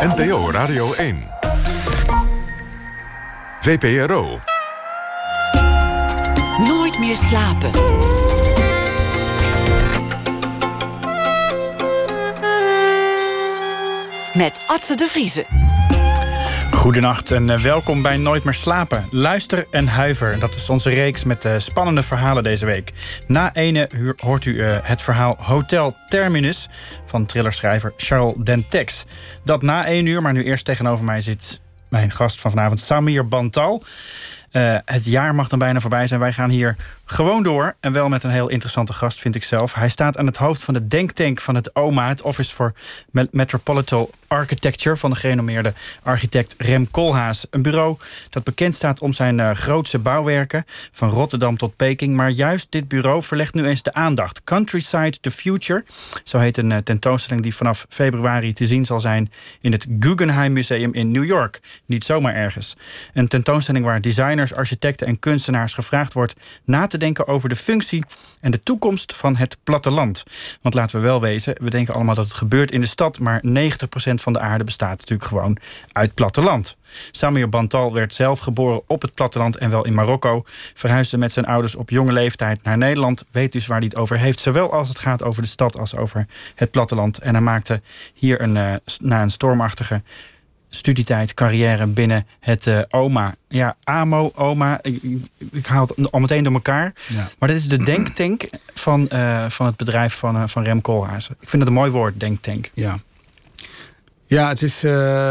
NPO Radio 1. VPRO. Nooit meer slapen. Met Atze de Vrieze. Goedenacht en welkom bij Nooit meer slapen. Luister en huiver, dat is onze reeks met spannende verhalen deze week. Na ene hoort u het verhaal Hotel Terminus van thrillerschrijver Charles Dentex. Dat na 1 uur, maar nu eerst tegenover mij zit mijn gast van vanavond, Samir Bantal. Het jaar mag dan bijna voorbij zijn. Wij gaan hier gewoon door. En wel met een heel interessante gast, vind ik zelf. Hij staat aan het hoofd van de denktank van het OMA, het Office for Metropolitan Architecture, van de gerenommeerde architect Rem Koolhaas. Een bureau dat bekend staat om zijn grootse bouwwerken, van Rotterdam tot Peking. Maar juist dit bureau verlegt nu eens de aandacht. Countryside the Future, zo heet een tentoonstelling die vanaf februari te zien zal zijn in het Guggenheim Museum in New York. Niet zomaar ergens. Een tentoonstelling waar designers, architecten en kunstenaars gevraagd wordt na te denken over de functie en de toekomst van het platteland. Want laten we wel wezen, we denken allemaal dat het gebeurt in de stad, maar 90% van de aarde bestaat natuurlijk gewoon uit platteland. Samir Bantal werd zelf geboren op het platteland en wel in Marokko. Verhuisde met zijn ouders op jonge leeftijd naar Nederland. Weet dus waar hij het over heeft, zowel als het gaat over de stad als over het platteland. En hij maakte hier na een stormachtige studietijd, carrière binnen het OMA. Ja, AMO, OMA, ik haal het al meteen door elkaar. Ja. Maar dit is de denktank van het bedrijf van Rem Koolhaas. Ik vind het een mooi woord, denktank. Ja, het is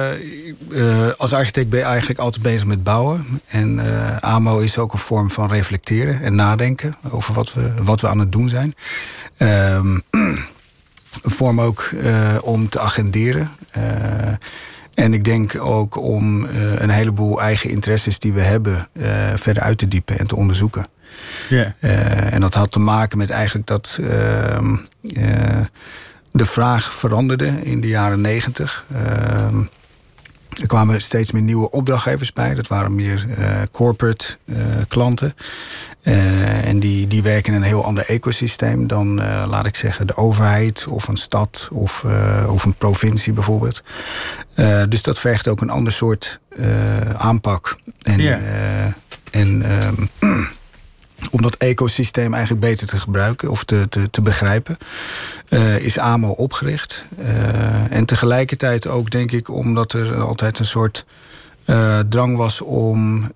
als architect ben je eigenlijk altijd bezig met bouwen. En AMO is ook een vorm van reflecteren en nadenken over wat we aan het doen zijn. Een vorm ook om te agenderen. En ik denk ook om een heleboel eigen interesses die we hebben verder uit te diepen en te onderzoeken. Yeah. En dat had te maken met eigenlijk dat de vraag veranderde in de jaren 90. Er kwamen steeds meer nieuwe opdrachtgevers bij. Dat waren meer corporate klanten. En die werken in een heel ander ecosysteem dan, laat ik zeggen, de overheid of een stad of een provincie bijvoorbeeld. Dus dat vergt ook een ander soort aanpak. Om dat ecosysteem eigenlijk beter te gebruiken of te begrijpen, is AMO opgericht. En tegelijkertijd ook, denk ik, omdat er altijd een soort drang was om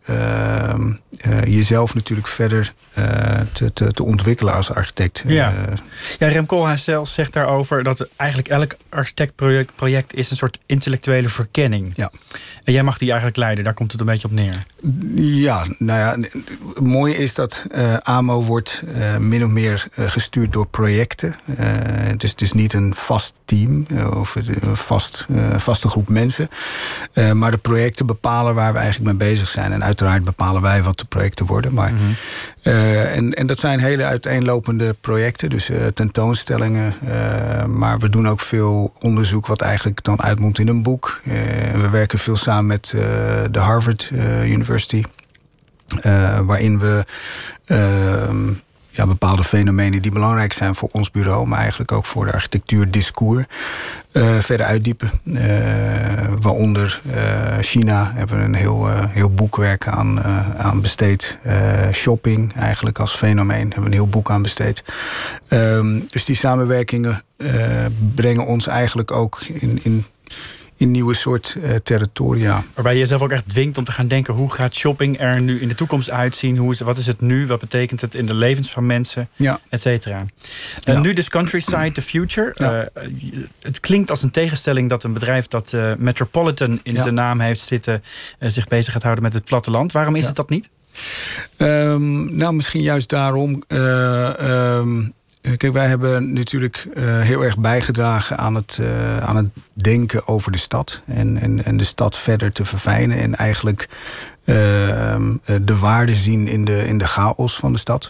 jezelf natuurlijk verder te ontwikkelen als architect. Ja, Rem Koolhaas zelf zegt daarover dat eigenlijk elk architectproject is een soort intellectuele verkenning. Ja. En jij mag die eigenlijk leiden, daar komt het een beetje op neer. Ja, nou ja, het mooie is dat AMO wordt min of meer gestuurd door projecten. Het is dus niet een vast team of een vaste groep mensen. Maar de projecten bepalen waar we eigenlijk mee bezig zijn. En uiteraard bepalen wij wat de projecten worden. Maar, en dat zijn hele uiteenlopende projecten. Dus tentoonstellingen. Maar we doen ook veel onderzoek wat eigenlijk dan uitmondt in een boek. We werken veel samen met de Harvard University. Waarin we bepaalde fenomenen die belangrijk zijn voor ons bureau, maar eigenlijk ook voor de architectuurdiscours, verder uitdiepen. Waaronder China hebben we een heel boekwerk aan besteed. Shopping eigenlijk als fenomeen hebben we een heel boek aan besteed. Dus die samenwerkingen brengen ons eigenlijk ook in nieuwe soort territoria. Waarbij je jezelf ook echt dwingt om te gaan denken, hoe gaat shopping er nu in de toekomst uitzien? Wat is het nu? Wat betekent het in de levens van mensen? Ja. Et cetera. Nu dus Countryside the Future. Ja. Het klinkt als een tegenstelling dat een bedrijf dat Metropolitan in zijn naam heeft zitten, zich bezig gaat houden met het platteland. Waarom is het dat niet? Misschien juist daarom. Kijk, wij hebben natuurlijk heel erg bijgedragen aan het denken over de stad. En de stad verder te verfijnen. En eigenlijk de waarde zien in de chaos van de stad.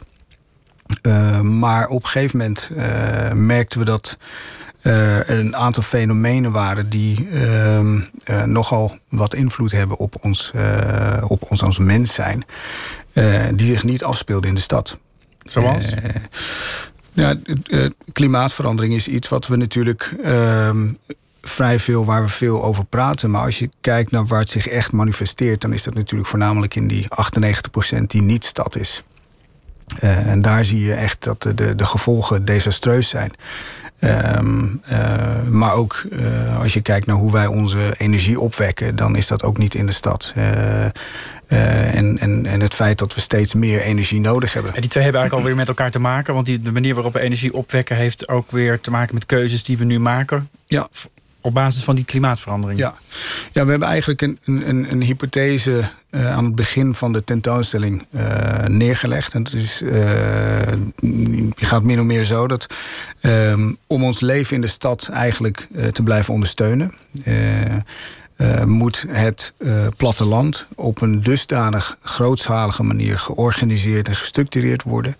Maar op een gegeven moment merkten we dat er een aantal fenomenen waren die nogal wat invloed hebben op ons als mens zijn. Die zich niet afspeelden in de stad. Zoals? Klimaatverandering is iets wat we natuurlijk vrij veel waar we veel over praten. Maar als je kijkt naar waar het zich echt manifesteert, dan is dat natuurlijk voornamelijk in die 98% die niet stad is. En daar zie je echt dat de gevolgen desastreus zijn. Maar ook als je kijkt naar hoe wij onze energie opwekken, dan is dat ook niet in de stad. En het feit dat we steeds meer energie nodig hebben. En die twee hebben eigenlijk alweer met elkaar te maken. Want de manier waarop we energie opwekken heeft ook weer te maken met keuzes die we nu maken. Ja. Op basis van die klimaatverandering. Ja, we hebben eigenlijk een hypothese aan het begin van de tentoonstelling neergelegd. En dat is, gaat min of meer zo dat om ons leven in de stad eigenlijk te blijven ondersteunen, moet het platteland op een dusdanig grootschalige manier georganiseerd en gestructureerd worden.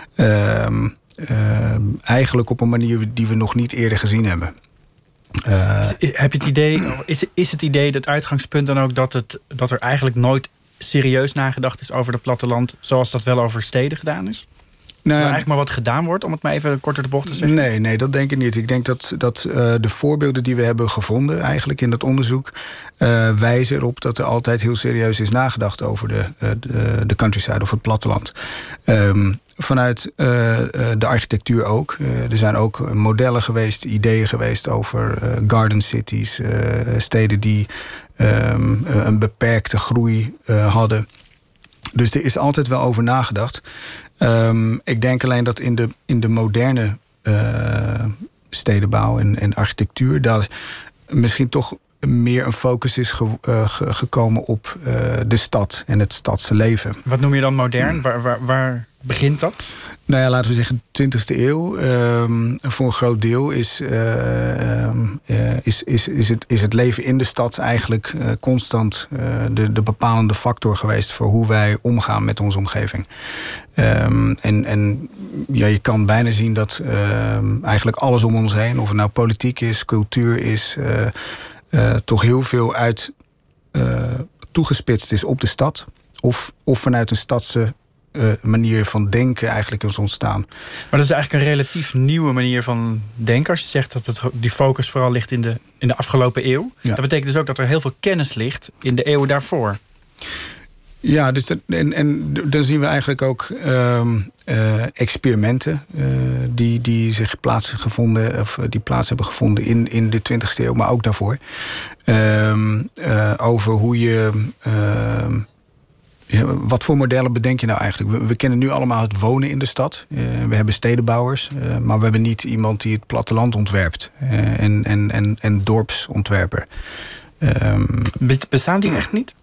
Eigenlijk op een manier die we nog niet eerder gezien hebben. Heb je het idee, is het idee, het uitgangspunt dan ook dat er eigenlijk nooit serieus nagedacht is over het platteland, zoals dat wel over steden gedaan is? Dat er eigenlijk maar wat gedaan wordt, om het maar even korter de bocht te zeggen? Nee, dat denk ik niet. Ik denk dat de voorbeelden die we hebben gevonden eigenlijk in dat onderzoek wijzen erop dat er altijd heel serieus is nagedacht over de countryside of het platteland. Vanuit de architectuur ook. Er zijn ook modellen geweest, ideeën geweest over garden cities, steden die een beperkte groei hadden. Dus er is altijd wel over nagedacht. Ik denk alleen dat in de moderne stedenbouw en architectuur daar misschien toch meer een focus is gekomen op de stad en het stadse leven. Wat noem je dan modern? Waar begint dat? Nou ja, laten we zeggen 20e eeuw. Voor een groot deel is het leven in de stad eigenlijk constant de bepalende factor geweest voor hoe wij omgaan met onze omgeving. Je kan bijna zien dat eigenlijk alles om ons heen, of het nou politiek is, cultuur is, toch heel veel toegespitst is op de stad. Of vanuit een stadse manier van denken eigenlijk is ontstaan. Maar dat is eigenlijk een relatief nieuwe manier van denken. Als je zegt dat die focus vooral ligt in de afgelopen eeuw. Ja. Dat betekent dus ook dat er heel veel kennis ligt in de eeuwen daarvoor. Ja, dus dan zien we eigenlijk ook experimenten die zich plaats hebben gevonden in de 20e eeuw, maar ook daarvoor. Over hoe je wat voor modellen bedenk je nou eigenlijk? We kennen nu allemaal het wonen in de stad. We hebben stedenbouwers, maar we hebben niet iemand die het platteland ontwerpt. En dorpsontwerper. Bestaan die echt niet?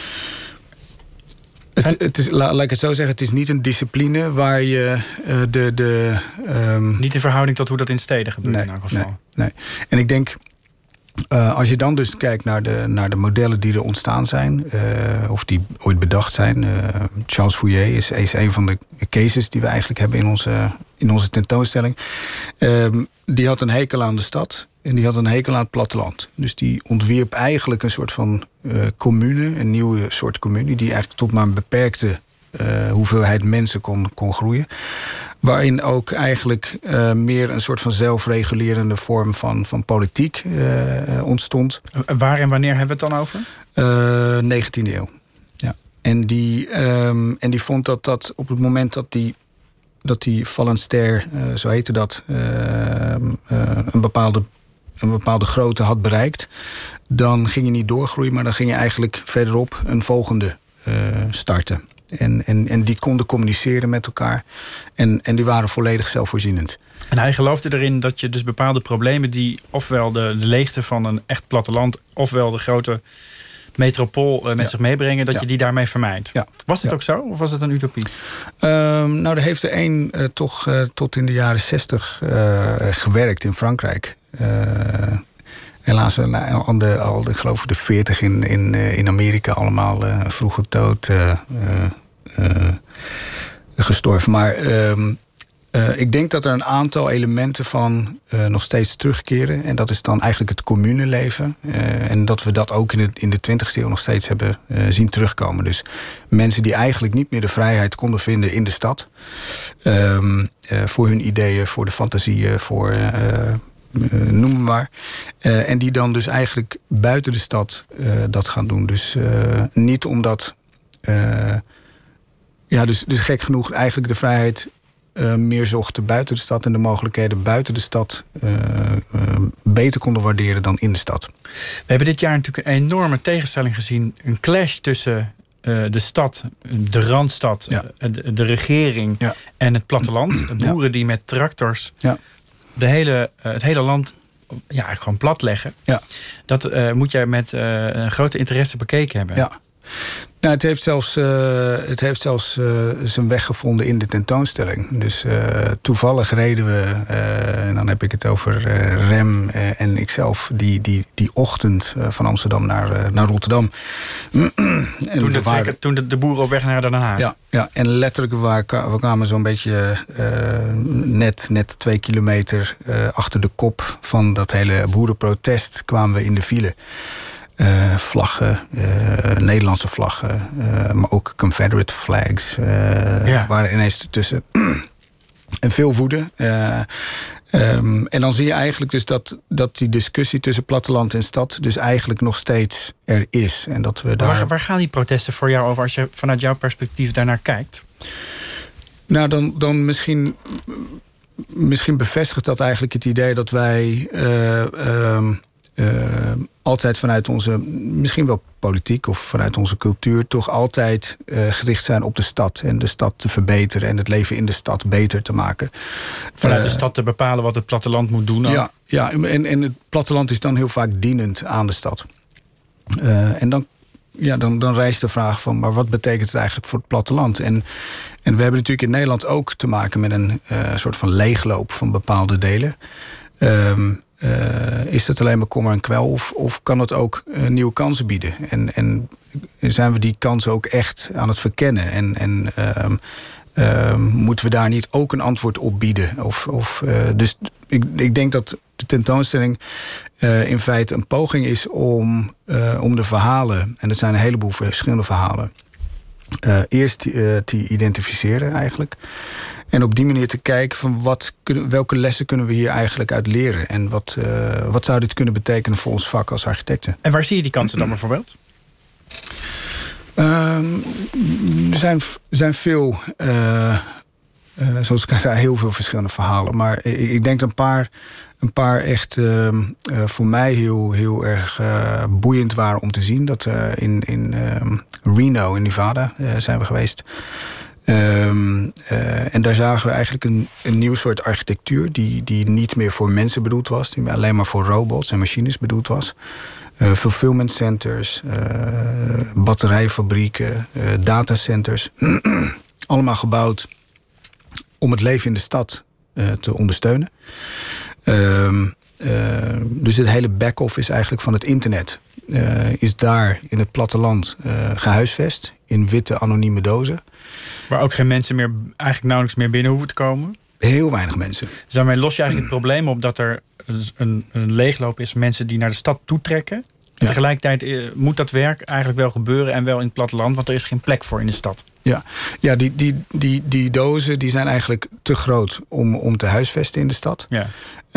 Het is, laat ik het zo zeggen, het is niet een discipline waar je niet in verhouding tot hoe dat in steden gebeurt in elk geval. Nee. En ik denk, als je dan dus kijkt naar de modellen die er ontstaan zijn, of die ooit bedacht zijn. Charles Fourier is een van de cases die we eigenlijk hebben in onze tentoonstelling. Die had een hekel aan de stad en die had een hekel aan het platteland. Dus die ontwierp eigenlijk een soort van commune, een nieuwe soort commune, die eigenlijk tot maar een beperkte hoeveelheid mensen kon groeien. Waarin ook eigenlijk meer een soort van zelfregulerende vorm van politiek ontstond. Waar en wanneer hebben we het dan over? 19e eeuw. Ja. En die vond dat op het moment dat die Phalanstère, zo heette dat, een bepaalde grootte had bereikt, dan ging je niet doorgroeien, maar dan ging je eigenlijk verderop een volgende starten. En die konden communiceren met elkaar. En die waren volledig zelfvoorzienend. En hij geloofde erin dat je dus bepaalde problemen die ofwel de leegte van een echt platteland, ofwel de grote metropool met zich meebrengen, dat je die daarmee vermijdt. Ja. Was het ook zo, of was het een utopie? Er heeft er één toch tot in de jaren 60 gewerkt in Frankrijk. Helaas ik geloof de 40 in Amerika allemaal vroeg dood gestorven. Maar ik denk dat er een aantal elementen van nog steeds terugkeren. En dat is dan eigenlijk het communeleven. En dat we dat ook in de 20e eeuw nog steeds hebben zien terugkomen. Dus mensen die eigenlijk niet meer de vrijheid konden vinden in de stad. Voor hun ideeën, voor de fantasieën, voor noem maar. En die dan dus eigenlijk buiten de stad dat gaan doen. Dus niet omdat... dus gek genoeg eigenlijk de vrijheid meer zochten buiten de stad... en de mogelijkheden buiten de stad beter konden waarderen dan in de stad. We hebben dit jaar natuurlijk een enorme tegenstelling gezien. Een clash tussen de stad, de Randstad, de regering en het platteland. Boeren die met tractors het hele land gewoon platleggen. Ja. Dat moet jij met grote interesse bekeken hebben. Ja. Nou, het heeft zelfs zijn weg gevonden in de tentoonstelling. Dus toevallig reden we, en dan heb ik het over Rem en ikzelf... die ochtend van Amsterdam naar Rotterdam. Toen de boeren op weg naar Den Haag. Ja, en letterlijk we kwamen zo'n beetje net 2 kilometer achter de kop van dat hele boerenprotest... kwamen we in de file. Vlaggen, Nederlandse vlaggen, maar ook Confederate flags waren ineens ertussen. En veel woede. En dan zie je eigenlijk dus dat die discussie tussen platteland en stad... dus eigenlijk nog steeds er is. En dat we daar... Waar gaan die protesten voor jou over als je vanuit jouw perspectief daarnaar kijkt? Nou, dan misschien bevestigt dat eigenlijk het idee dat wij... altijd vanuit onze, misschien wel politiek of vanuit onze cultuur... toch altijd gericht zijn op de stad. En de stad te verbeteren en het leven in de stad beter te maken. Vanuit de stad te bepalen wat het platteland moet doen? Ja, en het platteland is dan heel vaak dienend aan de stad. En dan rijst de vraag van... maar wat betekent het eigenlijk voor het platteland? En we hebben natuurlijk in Nederland ook te maken... met een soort van leegloop van bepaalde delen... is dat alleen maar kommer en kwel of kan het ook nieuwe kansen bieden? En zijn we die kansen ook echt aan het verkennen? En moeten we daar niet ook een antwoord op bieden? Dus ik denk dat de tentoonstelling in feite een poging is om de verhalen... en er zijn een heleboel verschillende verhalen... eerst te identificeren eigenlijk... En op die manier te kijken van welke lessen kunnen we hier eigenlijk uit leren? En wat zou dit kunnen betekenen voor ons vak als architecten? En waar zie je die kansen dan bijvoorbeeld? Er zijn veel, zoals ik zei, heel veel verschillende verhalen. Maar ik denk een paar echt voor mij heel erg boeiend waren om te zien. Dat in Reno in Nevada zijn we geweest... en daar zagen we eigenlijk een nieuw soort architectuur... die niet meer voor mensen bedoeld was... die alleen maar voor robots en machines bedoeld was. Fulfillment centers, batterijfabrieken, datacenters. Allemaal gebouwd om het leven in de stad te ondersteunen. Dus het hele back-office eigenlijk van het internet... is daar in het platteland gehuisvest... in witte anonieme dozen... Waar ook geen mensen meer, eigenlijk nauwelijks meer binnen hoeven te komen? Heel weinig mensen. Dus daarmee los je eigenlijk het probleem op dat er een leegloop is... mensen die naar de stad toetrekken. En tegelijkertijd moet dat werk eigenlijk wel gebeuren... en wel in het platteland, want er is geen plek voor in de stad. Ja, die dozen die zijn eigenlijk te groot om te huisvesten in de stad. Ja.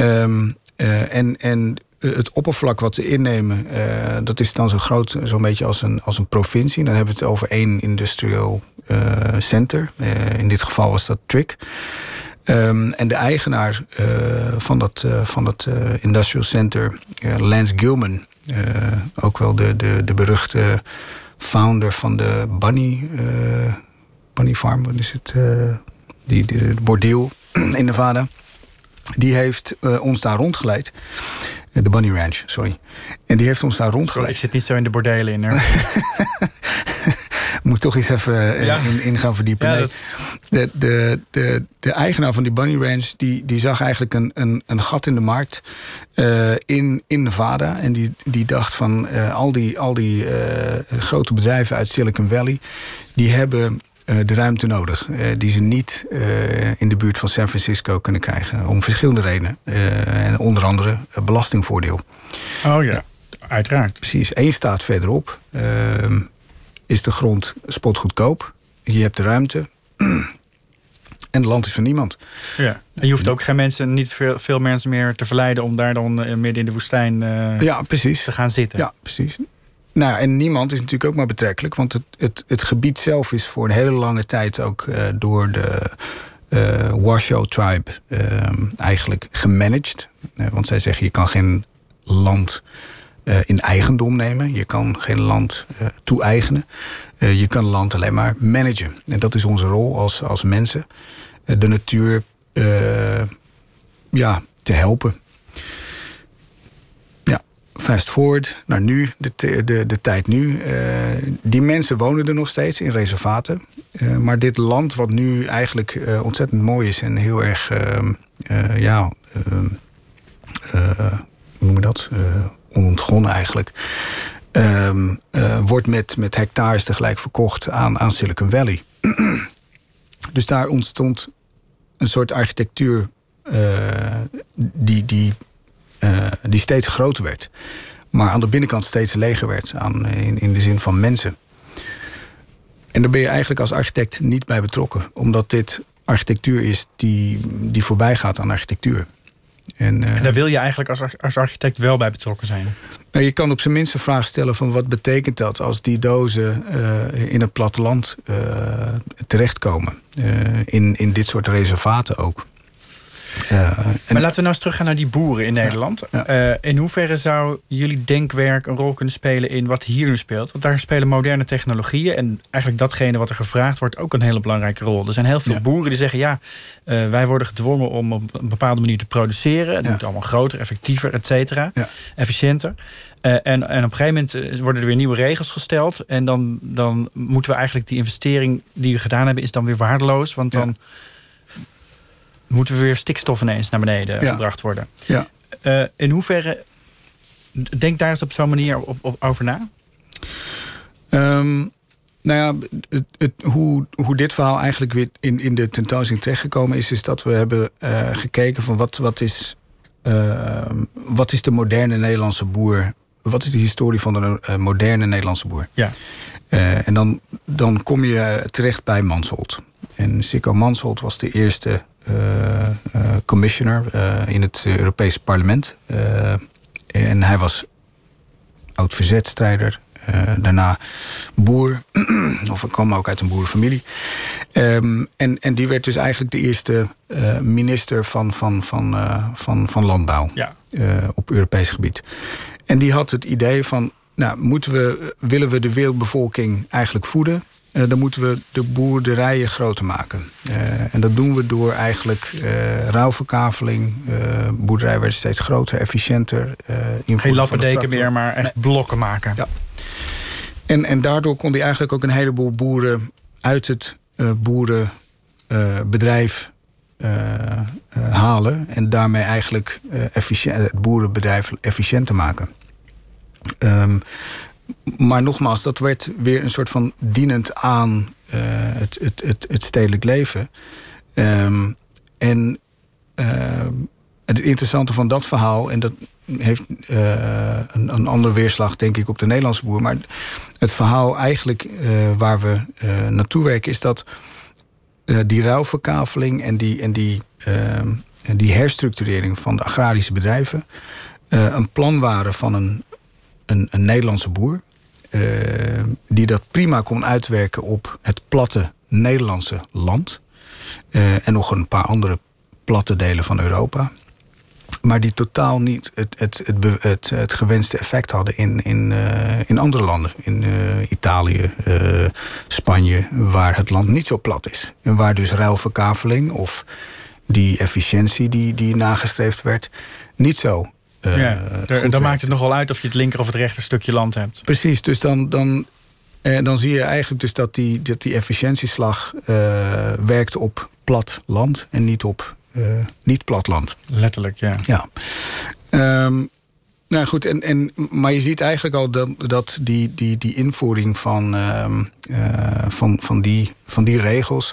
En het oppervlak wat ze innemen... dat is dan zo groot, zo'n beetje als een provincie. Dan hebben we het over 1 industrial center. In dit geval was dat Trick. En de eigenaar van dat industrial center, Lance Gilman... ook wel de beruchte founder van de Bunny Farm... wat is het? De bordeel in Nevada... Die heeft ons daar rondgeleid. De Bunny Ranch, sorry. En die heeft ons daar rondgeleid. Ik zit niet zo in de bordelen in. Moet toch eens even in gaan verdiepen. Ja, de eigenaar van die Bunny Ranch... die zag eigenlijk een gat in de markt in Nevada. En die dacht van al die grote bedrijven uit Silicon Valley... die hebben... de ruimte nodig, die ze niet in de buurt van San Francisco kunnen krijgen. Om verschillende redenen. En onder andere belastingvoordeel. Oh ja, uiteraard. Precies. 1 staat verderop is de grond spotgoedkoop. Je hebt de ruimte. En land is van niemand. Ja. En je hoeft ook geen mensen, niet veel mensen meer te verleiden om daar dan midden in de woestijn precies. te gaan zitten. Ja, precies. Nou, en niemand is natuurlijk ook maar betrekkelijk. Want het gebied zelf is voor een hele lange tijd ook door de Washoe Tribe eigenlijk gemanaged. Want zij zeggen, je kan geen land in eigendom nemen. Je kan geen land toe-eigenen. Je kan land alleen maar managen. En dat is onze rol als mensen. De natuur te helpen. Ja, fast forward naar nu, de tijd nu. Die mensen wonen er nog steeds in reservaten. Maar dit land wat nu eigenlijk ontzettend mooi is en heel erg hoe noem je dat? Onontgonnen eigenlijk. Wordt met hectares tegelijk verkocht aan Silicon Valley. Dus daar ontstond een soort architectuur die steeds groter werd. Maar aan de binnenkant steeds leger werd. In de zin van mensen. En daar ben je eigenlijk als architect niet bij betrokken. Omdat dit architectuur is die voorbij gaat aan architectuur. En daar wil je eigenlijk als architect wel bij betrokken zijn? Nou, je kan op zijn minst de vraag stellen van wat betekent dat als die dozen in het platteland terechtkomen. In dit soort reservaten ook. Maar laten we nou eens teruggaan naar die boeren in Nederland. Ja. In hoeverre zou jullie denkwerk een rol kunnen spelen in wat hier nu speelt? Want daar spelen moderne technologieën en eigenlijk datgene wat er gevraagd wordt ook een hele belangrijke rol. Er zijn heel veel boeren die zeggen, wij worden gedwongen om op een bepaalde manier te produceren. Het moet allemaal groter, effectiever, et cetera. Ja. Efficiënter. En op een gegeven moment worden er weer nieuwe regels gesteld. En dan moeten we eigenlijk die investering die we gedaan hebben is dan weer waardeloos. Want dan moeten we weer stikstof ineens naar beneden gebracht worden. Ja. In hoeverre, denk daar eens op zo'n manier over na? Hoe dit verhaal eigenlijk weer in de tentoonstelling terechtgekomen is dat we hebben gekeken van wat is de moderne Nederlandse boer? Wat is de historie van de moderne Nederlandse boer? Ja. En dan kom je terecht bij Mansholt. En Sicco Mansholt was de eerste commissioner in het Europese parlement. En hij was oud-verzetstrijder. Daarna boer. Of hij kwam ook uit een boerenfamilie. En die werd dus eigenlijk de eerste minister van landbouw. Ja. Op Europees gebied. En die had het idee van, willen we de wereldbevolking eigenlijk voeden? Dan moeten we de boerderijen groter maken. En dat doen we door eigenlijk ruilverkaveling. Boerderijen werden steeds groter, efficiënter. Geen lappendeken meer, maar echt blokken maken. Ja. En daardoor kon hij eigenlijk ook een heleboel boeren uit het boerenbedrijf halen. En daarmee eigenlijk het boerenbedrijf efficiënter maken. Maar nogmaals, dat werd weer een soort van dienend aan het stedelijk leven. Het interessante van dat verhaal, en dat heeft een andere weerslag, denk ik, op de Nederlandse boer. Maar het verhaal eigenlijk waar we naartoe werken, is dat die ruilverkaveling en die herstructurering van de agrarische bedrijven een plan waren van een Nederlandse boer. Die dat prima kon uitwerken op het platte Nederlandse land. En nog een paar andere platte delen van Europa. Maar die totaal niet het gewenste effect hadden in andere landen. In Italië, Spanje, waar het land niet zo plat is. En waar dus ruilverkaveling of die efficiëntie die nagestreefd werd, niet zo dan maakt het nogal uit of je het linker of het rechter stukje land hebt. Precies, dus dan zie je eigenlijk dus dat die efficiëntieslag werkt op plat land en niet op niet plat land. Letterlijk, ja. Nou goed, maar je ziet eigenlijk al dat die invoering van die regels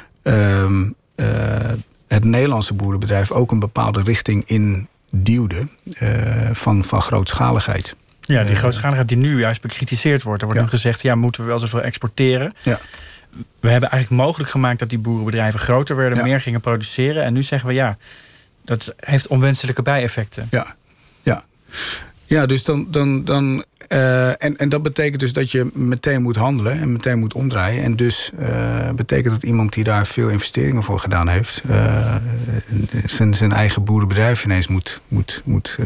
het Nederlandse boerenbedrijf ook een bepaalde richting in duwde van grootschaligheid. Ja, die grootschaligheid die nu juist bekritiseerd wordt. Er wordt nu gezegd, moeten we wel zoveel exporteren. Ja. we hebben eigenlijk mogelijk gemaakt dat die boerenbedrijven groter werden, Ja. meer gingen produceren. En nu zeggen we dat heeft onwenselijke bijeffecten. Ja, dus dan en dat betekent dus dat je meteen moet handelen en meteen moet omdraaien. En dus betekent dat iemand die daar veel investeringen voor gedaan heeft, zijn eigen boerenbedrijf ineens moet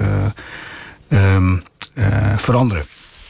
veranderen.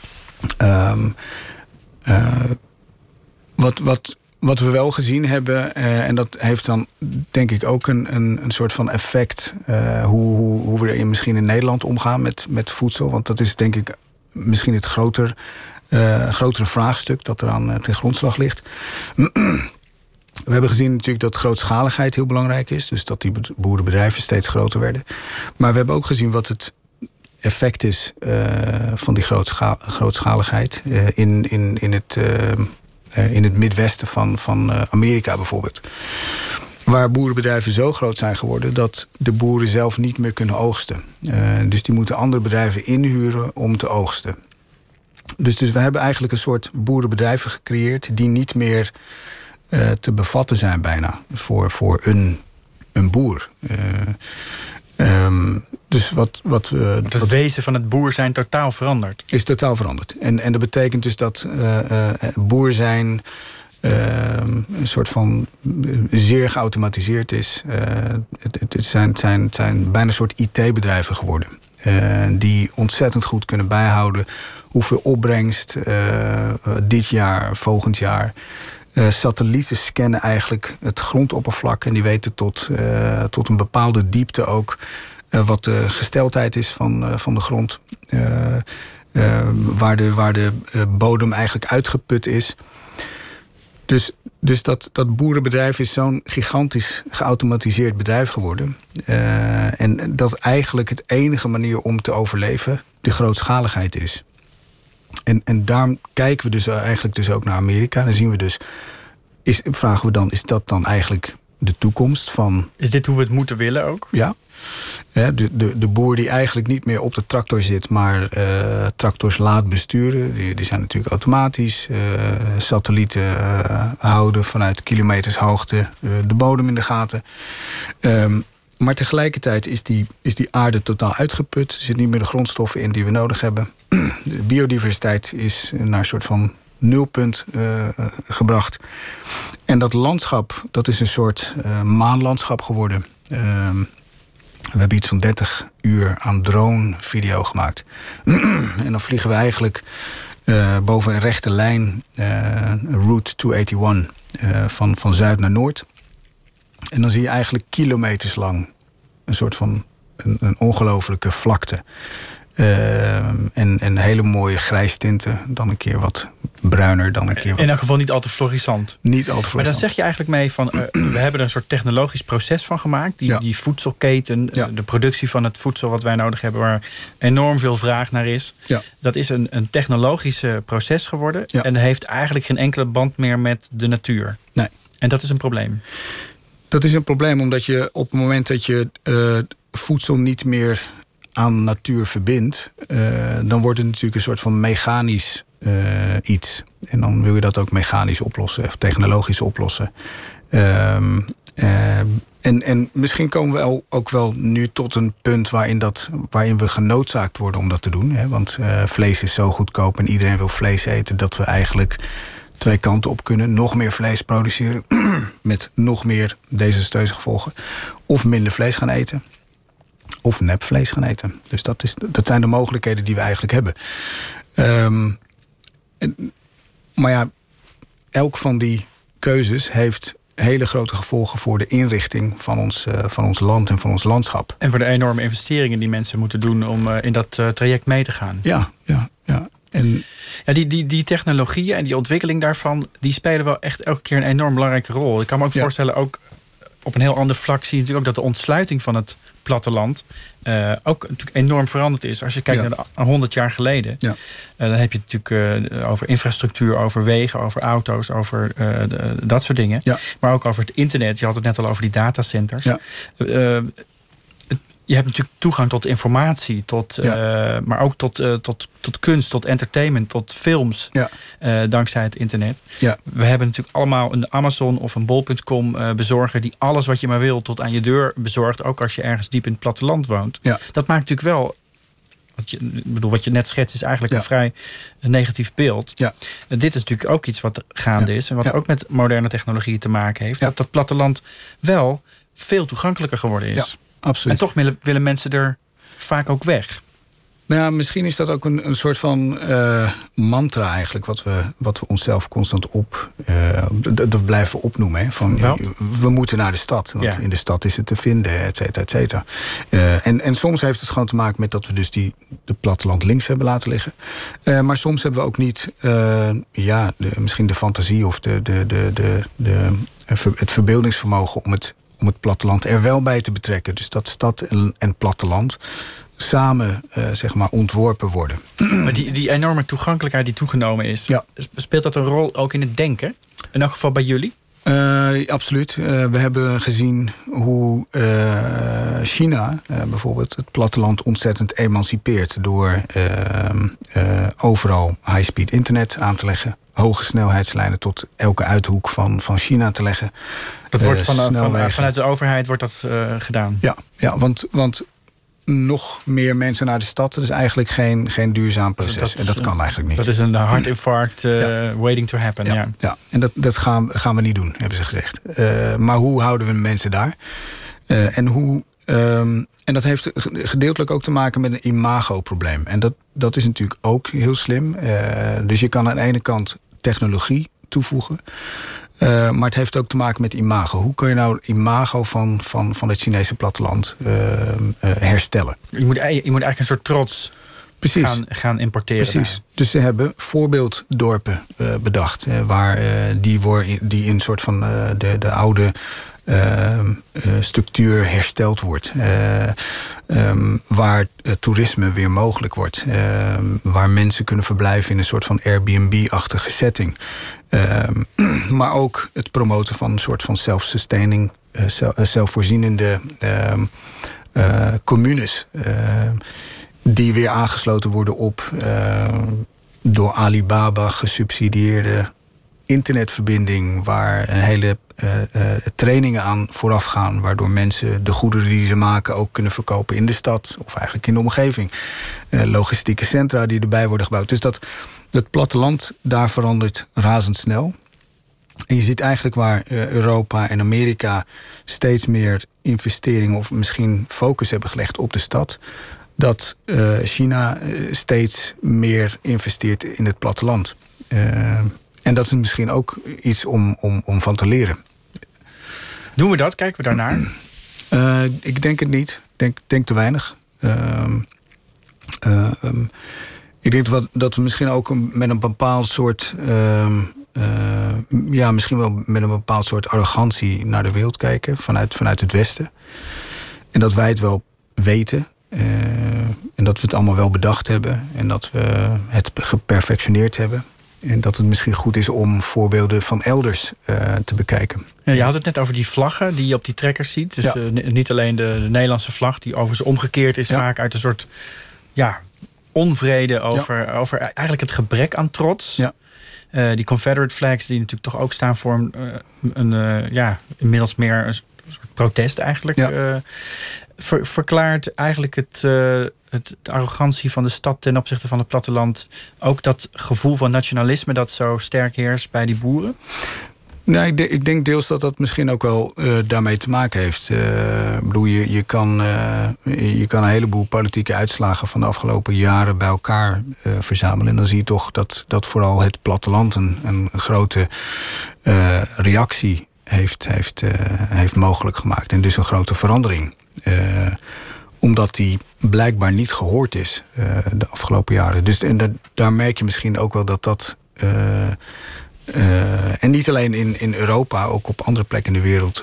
Wat we wel gezien hebben, en dat heeft dan denk ik ook een soort van effect, hoe we er misschien in Nederland omgaan met voedsel. Want dat is denk ik misschien het grotere vraagstuk dat er aan ten grondslag ligt. We hebben gezien natuurlijk dat grootschaligheid heel belangrijk is. Dus dat die boerenbedrijven steeds groter werden. Maar we hebben ook gezien wat het effect is van die grootschaligheid in het Midwesten van Amerika bijvoorbeeld. Waar boerenbedrijven zo groot zijn geworden dat de boeren zelf niet meer kunnen oogsten. Dus die moeten andere bedrijven inhuren om te oogsten. Dus we hebben eigenlijk een soort boerenbedrijven gecreëerd die niet meer te bevatten zijn bijna voor een boer. Dus Het wezen van het boer zijn totaal veranderd. Is totaal veranderd. En dat betekent dus dat boer zijn een soort van zeer geautomatiseerd is. Het zijn bijna een soort IT-bedrijven geworden. Die ontzettend goed kunnen bijhouden hoeveel opbrengst dit jaar, volgend jaar. Satellieten scannen eigenlijk het grondoppervlak en die weten tot een bepaalde diepte ook wat de gesteldheid is van de grond. Waar de bodem eigenlijk uitgeput is. Dus dat boerenbedrijf is zo'n gigantisch geautomatiseerd bedrijf geworden. En dat eigenlijk het enige manier om te overleven de grootschaligheid is. En daarom kijken we dus eigenlijk dus ook naar Amerika. Dan zien we dus, vragen we dan, is dat dan eigenlijk de toekomst van... Is dit hoe we het moeten willen ook? Ja. De boer die eigenlijk niet meer op de tractor zit, maar tractors laat besturen. Die zijn natuurlijk automatisch. Satellieten houden vanuit kilometers hoogte de bodem in de gaten. Maar tegelijkertijd is die aarde totaal uitgeput. Er zit niet meer de grondstoffen in die we nodig hebben. De biodiversiteit is naar een soort van nulpunt gebracht. En dat landschap, dat is een soort maanlandschap geworden. We hebben iets van 30 uur aan drone-video gemaakt. En dan vliegen we eigenlijk boven een rechte lijn, Route 281, van zuid naar noord. En dan zie je eigenlijk kilometers lang een soort van een ongelofelijke vlakte. En hele mooie grijstinten. Dan een keer wat bruiner. Dan een keer wat... In elk geval niet al te florissant. Niet al te florissant. Maar dan zeg je eigenlijk mee van... we hebben er een soort technologisch proces van gemaakt. Die voedselketen, de productie van het voedsel wat wij nodig hebben... waar enorm veel vraag naar is. Ja. Dat is een technologisch proces geworden. Ja. En heeft eigenlijk geen enkele band meer met de natuur. Nee. En dat is een probleem. Dat is een probleem omdat je op het moment dat je voedsel niet meer aan natuur verbindt, dan wordt het natuurlijk een soort van mechanisch iets. En dan wil je dat ook mechanisch oplossen of technologisch oplossen. En misschien komen we ook wel nu tot een punt waarin we genoodzaakt worden om dat te doen. Hè? Want vlees is zo goedkoop en iedereen wil vlees eten dat we eigenlijk twee kanten op kunnen. Nog meer vlees produceren met nog meer desastreuze gevolgen. Of minder vlees gaan eten. Of nepvlees gaan eten. Dus dat zijn de mogelijkheden die we eigenlijk hebben. Maar ja, elk van die keuzes heeft hele grote gevolgen voor de inrichting van ons land en van ons landschap. En voor de enorme investeringen die mensen moeten doen om in dat traject mee te gaan. Ja. En die technologieën en die ontwikkeling daarvan, die spelen wel echt elke keer een enorm belangrijke rol. Ik kan me ook voorstellen, ook op een heel ander vlak zie je natuurlijk ook dat de ontsluiting van het platteland ook natuurlijk enorm veranderd is. Als je kijkt naar 100 jaar geleden, dan heb je het natuurlijk over infrastructuur, over wegen, over auto's, over dat soort dingen. Ja. Maar ook over het internet. Je had het net al over die datacenters. Ja. je hebt natuurlijk toegang tot informatie, maar ook tot kunst, tot entertainment, tot films, dankzij het internet. Ja. We hebben natuurlijk allemaal een Amazon of een bol.com bezorger die alles wat je maar wil tot aan je deur bezorgt, ook als je ergens diep in het platteland woont. Ja. Dat maakt natuurlijk wel, wat je net schetst is eigenlijk een vrij negatief beeld. Ja. Dit is natuurlijk ook iets wat gaande is en wat ook met moderne technologieën te maken heeft. Ja. Dat platteland wel veel toegankelijker geworden is. Ja, absoluut. En toch willen mensen er vaak ook weg. Nou ja, misschien is dat ook een soort van mantra eigenlijk, wat we onszelf constant dat blijven opnoemen. Hè? Van, we moeten naar de stad, want in de stad is het te vinden, et cetera, et cetera. En soms heeft het gewoon te maken met dat we dus de platteland links hebben laten liggen. Maar soms hebben we ook niet misschien de fantasie of het verbeeldingsvermogen om het platteland er wel bij te betrekken. Dus dat stad en platteland samen ontworpen worden. Maar die enorme toegankelijkheid die toegenomen is, speelt dat een rol ook in het denken? In elk geval bij jullie? Absoluut. We hebben gezien hoe China bijvoorbeeld het platteland ontzettend emancipeert door overal high-speed internet aan te leggen, hoge snelheidslijnen tot elke uithoek van China te leggen. Dat wordt vanuit de overheid wordt dat gedaan? Ja, want nog meer mensen naar de stad, dat is eigenlijk geen duurzaam proces. En dat kan eigenlijk niet. Dat is een hartinfarct waiting to happen. Ja. En dat gaan we niet doen, hebben ze gezegd. Maar hoe houden we mensen daar? En dat heeft gedeeltelijk ook te maken met een imagoprobleem. En dat is natuurlijk ook heel slim. Dus je kan aan de ene kant technologie toevoegen. Maar het heeft ook te maken met imago. Hoe kun je nou het imago van het Chinese platteland herstellen? Je moet eigenlijk een soort trots gaan importeren. Precies. Daar. Dus ze hebben voorbeelddorpen bedacht. Die in een soort van de oude structuur hersteld wordt. Waar toerisme weer mogelijk wordt. Waar mensen kunnen verblijven in een soort van Airbnb-achtige setting. Maar ook het promoten van een soort van self-sustaining, zelfvoorzienende communes. Die weer aangesloten worden op door Alibaba gesubsidieerde internetverbinding, waar een hele trainingen aan vooraf gaan, waardoor mensen de goederen die ze maken ook kunnen verkopen in de stad of eigenlijk in de omgeving. Logistieke centra die erbij worden gebouwd. Dus dat platteland daar verandert razendsnel. En je ziet eigenlijk waar Europa en Amerika steeds meer investeringen of misschien focus hebben gelegd op de stad, dat China steeds meer investeert in het platteland. En dat is misschien ook iets om van te leren. Doen we dat? Kijken we daarnaar? Ik denk het niet. Ik denk te weinig. Ik denk dat we misschien ook met een bepaald soort misschien wel met een bepaald soort arrogantie naar de wereld kijken vanuit het Westen. En dat wij het wel weten. En dat we het allemaal wel bedacht hebben. En dat we het geperfectioneerd hebben. En dat het misschien goed is om voorbeelden van elders te bekijken. Ja, je had het net over die vlaggen die je op die trekkers ziet. Dus niet alleen de Nederlandse vlag, die overigens omgekeerd is vaak uit een soort onvrede over eigenlijk het gebrek aan trots. Ja. Die Confederate flags die natuurlijk toch ook staan voor inmiddels meer een soort protest eigenlijk. Ja. Verklaart eigenlijk de arrogantie van de stad ten opzichte van het platteland ook dat gevoel van nationalisme dat zo sterk heerst bij die boeren? Nou, ik denk deels dat misschien ook wel daarmee te maken heeft. Ik bedoel, je kan een heleboel politieke uitslagen van de afgelopen jaren bij elkaar verzamelen. En dan zie je toch dat vooral het platteland een grote reactie heeft mogelijk gemaakt. En dus een grote verandering. Omdat die blijkbaar niet gehoord is de afgelopen jaren. Dus daar merk je misschien ook wel dat en niet alleen in Europa, ook op andere plekken in de wereld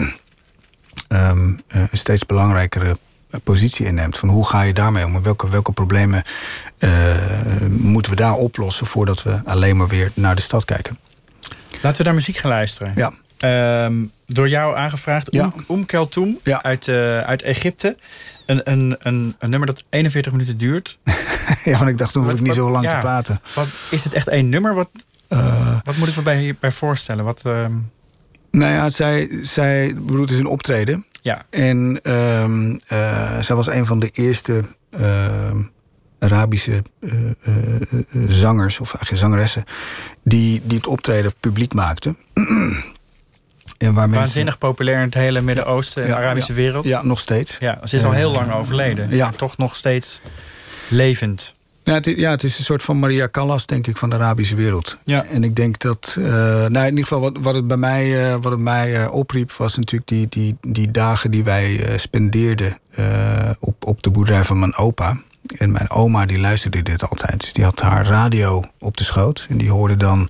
een steeds belangrijkere positie inneemt. Van hoe ga je daarmee om? Welke problemen moeten we daar oplossen voordat we alleen maar weer naar de stad kijken? Laten we naar muziek gaan luisteren. Ja. Door jou aangevraagd. Keltoum uit Egypte. een nummer dat 41 minuten duurt. Ja, want ik dacht, toen hoef ik niet zo lang te praten. Is het echt 1 nummer? Wat moet ik me bij voorstellen? Nou ja, zij bedoelt is een optreden. Ja. En zij was een van de eerste Arabische zangers, of eigenlijk zangeressen, die het optreden publiek maakten. En waar waanzinnig populair in het hele Midden-Oosten, de Arabische wereld. Ja, nog steeds. Ja, ze is al heel lang overleden. Ja. Toch nog steeds levend. Het is een soort van Maria Callas, denk ik, van de Arabische wereld. Ja. En ik denk dat, in ieder geval wat het bij mij opriep, was natuurlijk die dagen die wij spendeerden op de boerderij van mijn opa. En mijn oma die luisterde dit altijd. Dus die had haar radio op de schoot. En die hoorde dan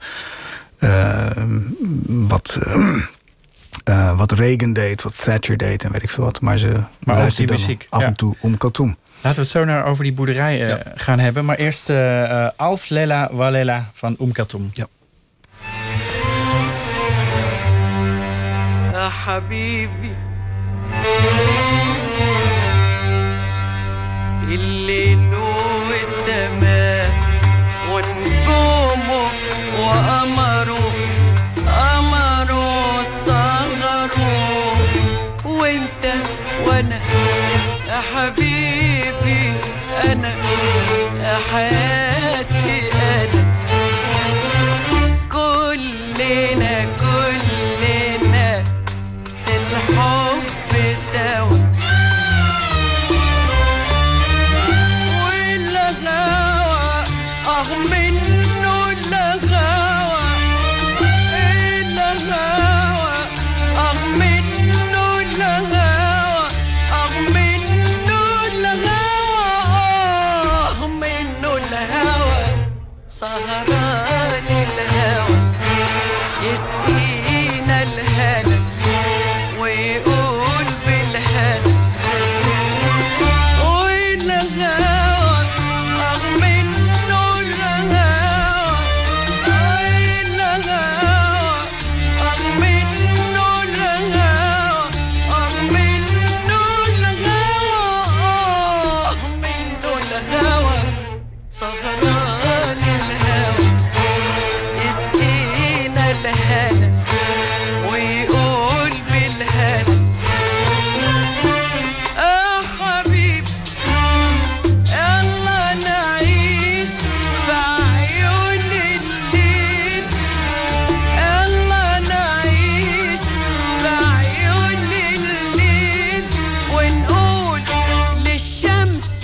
wat Reagan deed, wat Thatcher deed en weet ik veel wat. Maar luisterde dan muziek, af en toe Kaltoum. Laten we het zo over die boerderij gaan hebben. Maar eerst Alf Lela Walela van Kaltoum. Ja. Habibi الليل والسماء ونجومه وقمره قمره صغره وانت وانا يا حبيبي انا يا حياتي انا كلنا في الحب سوا منه الهوى منه الهوى منه الهوى سهران الهوى يسقينا الهنا ويقول بالهنا سهران الهوى يسقينا الهنا ويقول بالهنا حبيب يلا نعيش في عيون الليل يلا نعيش في عيون الليل ونقول للشمس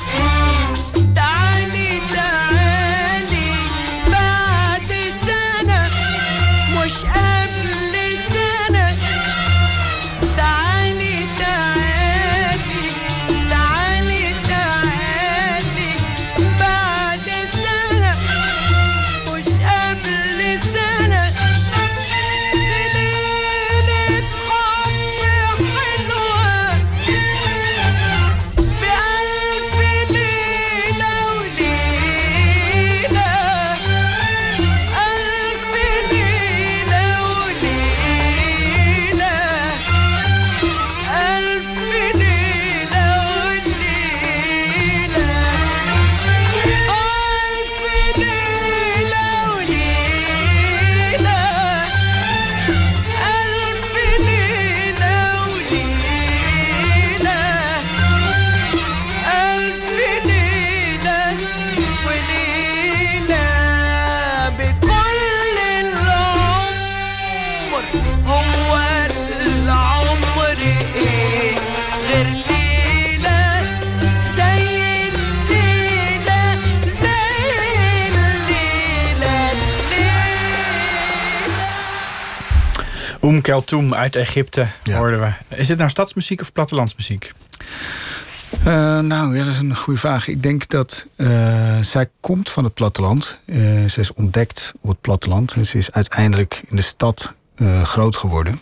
Kaltoum uit Egypte, hoorden we. Is dit nou stadsmuziek of plattelandsmuziek? Dat is een goede vraag. Ik denk dat zij komt van het platteland. Ze is ontdekt op het platteland. En ze is uiteindelijk in de stad groot geworden.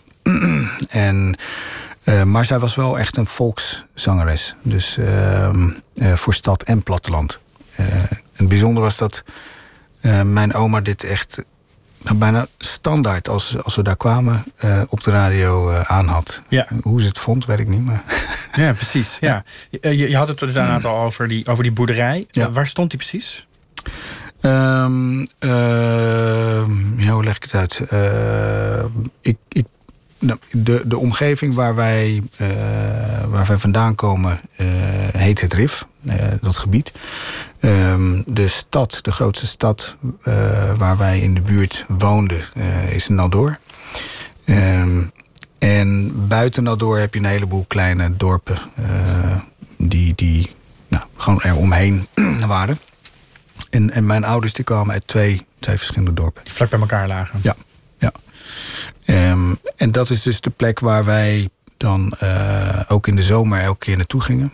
Maar zij was wel echt een volkszangeres. Dus voor stad en platteland. Het bijzondere was dat mijn oma dit echt bijna standaard als we daar kwamen op de radio aan had. Ja. Hoe ze het vond, weet ik niet. Maar Ja, precies. Ja. Je had het er dus een aantal over die boerderij. Ja. Waar stond die precies? Hoe leg ik het uit? De omgeving waar wij vandaan komen heet het Rif, dat gebied. De grootste stad waar wij in de buurt woonden, is Nador. En buiten Nador heb je een heleboel kleine dorpen die gewoon er omheen waren. En mijn ouders die kwamen uit twee verschillende dorpen. Die vlak bij elkaar lagen. Ja. En dat is dus de plek waar wij dan ook in de zomer elke keer naartoe gingen.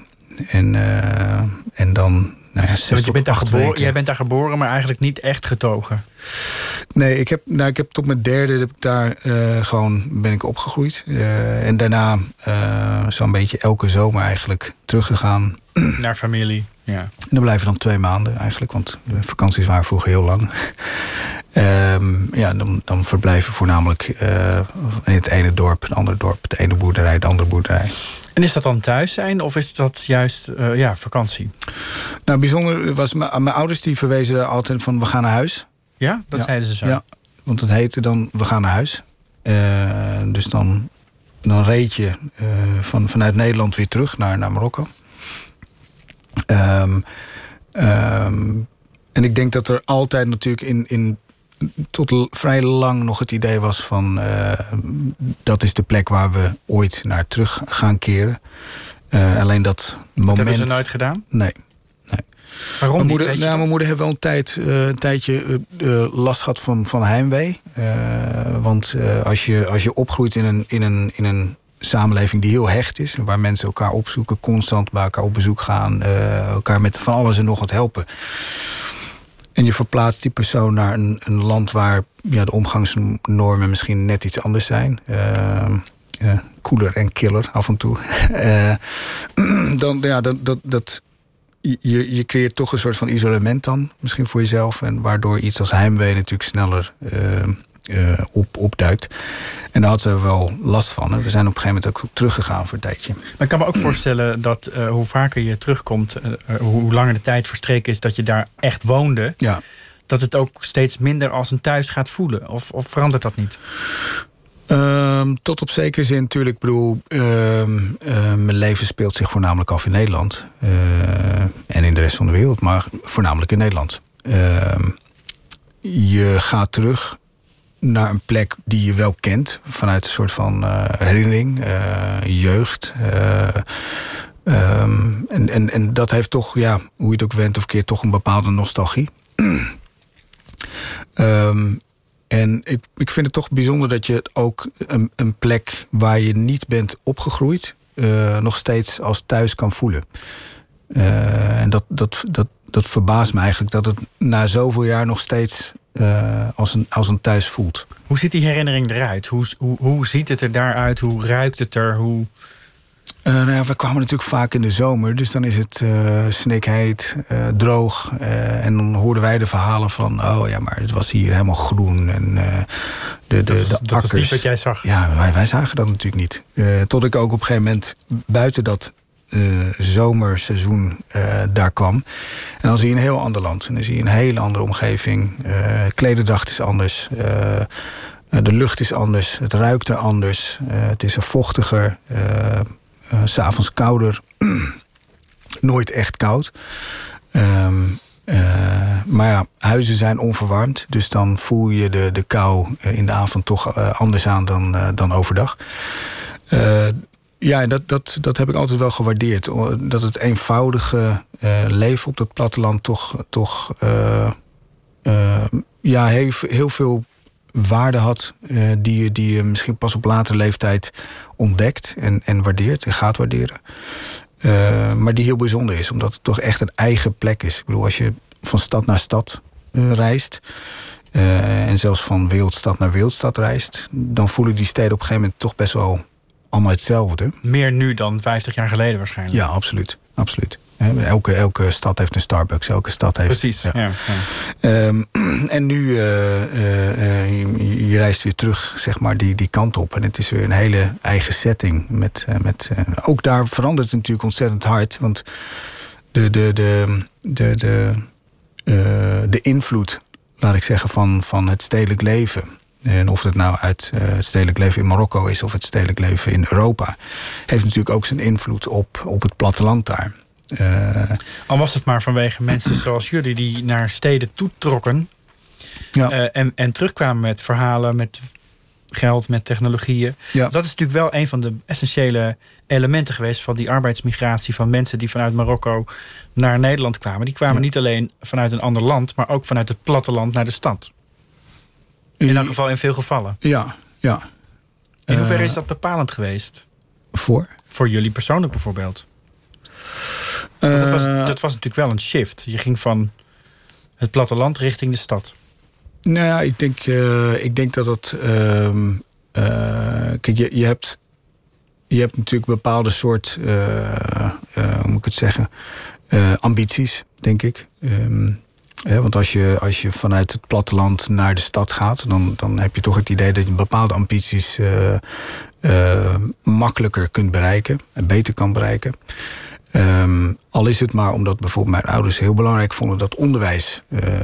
En dan 6 tot 8 weken. Jij bent daar geboren, maar eigenlijk niet echt getogen. Nee, ik heb tot mijn derde daar ben ik opgegroeid. En daarna zo'n beetje elke zomer eigenlijk teruggegaan. Naar familie, ja. En dan blijven dan 2 maanden eigenlijk, want de vakanties waren vroeger heel lang. Dan verblijven voornamelijk in het ene dorp, het andere dorp, de ene boerderij, de andere boerderij. En is dat dan thuis zijn of is dat juist vakantie? Nou, bijzonder was mijn ouders die verwezen altijd van we gaan naar huis. Ja, dat zeiden ze zo. Ja, want het heette dan we gaan naar huis. Dus dan reed je vanuit Nederland weer terug naar Marokko. En ik denk dat er altijd natuurlijk tot vrij lang nog het idee was van dat is de plek waar we ooit naar terug gaan keren. Alleen dat moment. Dat hebben ze nooit gedaan? Nee. Waarom niet? Mijn moeder heeft wel een tijdje last gehad van heimwee. Want als je opgroeit in een samenleving die heel hecht is, waar mensen elkaar opzoeken, constant bij elkaar op bezoek gaan, elkaar met van alles en nog wat helpen. En je verplaatst die persoon naar een land waar de omgangsnormen misschien net iets anders zijn. Koeler en killer af en toe. Je creëert toch een soort van isolement dan, misschien voor jezelf. En waardoor iets als heimwee natuurlijk sneller opduikt. En daar had ze wel last van. En we zijn op een gegeven moment ook teruggegaan voor een tijdje. Maar ik kan me ook voorstellen dat hoe vaker je terugkomt, hoe langer de tijd verstreken is dat je daar echt woonde, ja, dat het ook steeds minder als een thuis gaat voelen. Of verandert dat niet? Tot op zekere zin natuurlijk. Ik bedoel, mijn leven speelt zich voornamelijk af in Nederland. En in de rest van de wereld, maar voornamelijk in Nederland. Je gaat terug naar een plek die je wel kent, vanuit een soort van herinnering, jeugd. En dat heeft toch, hoe je het ook went of keert, toch een bepaalde nostalgie. En ik vind het toch bijzonder dat je ook een plek waar je niet bent opgegroeid nog steeds als thuis kan voelen. En dat verbaast me eigenlijk, dat het na zoveel jaar nog steeds als een thuis voelt. Hoe ziet die herinnering eruit? Hoe ziet het er daaruit? Hoe ruikt het er? We kwamen natuurlijk vaak in de zomer, dus dan is het snikheet, droog. En dan hoorden wij de verhalen van, maar het was hier helemaal groen. En de akkers. Dat is niet wat jij zag? Ja, wij zagen dat natuurlijk niet. Tot ik ook op een gegeven moment buiten dat zomerseizoen daar kwam. En dan zie je een heel ander land. En dan zie je een hele andere omgeving. Klederdracht is anders. De lucht is anders. Het ruikt er anders. Het is er vochtiger. 'S Avonds kouder. Nooit echt koud. Maar huizen zijn onverwarmd. Dus dan voel je de kou in de avond toch anders aan dan overdag. Dat heb ik altijd wel gewaardeerd. Dat het eenvoudige leven op het platteland toch heel veel waarde had, die je misschien pas op latere leeftijd ontdekt en waardeert en gaat waarderen. Maar die heel bijzonder is, omdat het toch echt een eigen plek is. Ik bedoel, als je van stad naar stad reist, en zelfs van wereldstad naar wereldstad reist, dan voelen die steden op een gegeven moment toch best wel allemaal hetzelfde. Meer nu dan 50 jaar geleden waarschijnlijk. Ja, absoluut. Elke stad heeft een Starbucks. Elke stad heeft... Precies, ja. En nu, je reist weer terug, zeg maar, die kant op. En het is weer een hele eigen setting. Ook daar verandert het natuurlijk ontzettend hard. Want de invloed, laat ik zeggen, van het stedelijk leven... en of het nou uit het stedelijk leven in Marokko is... of het stedelijk leven in Europa... heeft natuurlijk ook zijn invloed op het platteland daar. Al was het maar vanwege mensen zoals jullie... die naar steden toetrokken... en terugkwamen met verhalen, met geld, met technologieën. Ja. Dat is natuurlijk wel een van de essentiële elementen geweest... van die arbeidsmigratie van mensen die vanuit Marokko naar Nederland kwamen. Die kwamen niet alleen vanuit een ander land... maar ook vanuit het platteland naar de stad. In ieder geval in veel gevallen. Ja. In hoeverre is dat bepalend geweest? Voor jullie persoonlijk bijvoorbeeld? Dat was natuurlijk wel een shift. Je ging van het platteland richting de stad. Nou ja, ik denk dat het... kijk, je hebt natuurlijk bepaalde soort... hoe moet ik het zeggen? Ambities, denk ik. Want als je vanuit het platteland naar de stad gaat... dan heb je toch het idee dat je bepaalde ambities... makkelijker kunt bereiken en beter kan bereiken. Al is het maar omdat bijvoorbeeld mijn ouders heel belangrijk vonden... dat onderwijs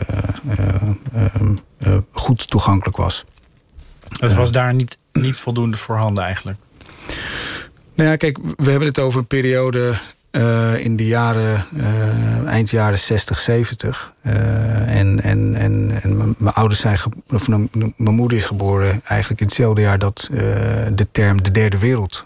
goed toegankelijk was. Het was daar niet voldoende voorhanden eigenlijk? Nou ja, kijk, we hebben het over een periode... in de jaren, eind jaren 60, 70. En mijn ouders mijn moeder is geboren eigenlijk in hetzelfde jaar... dat de term de derde wereld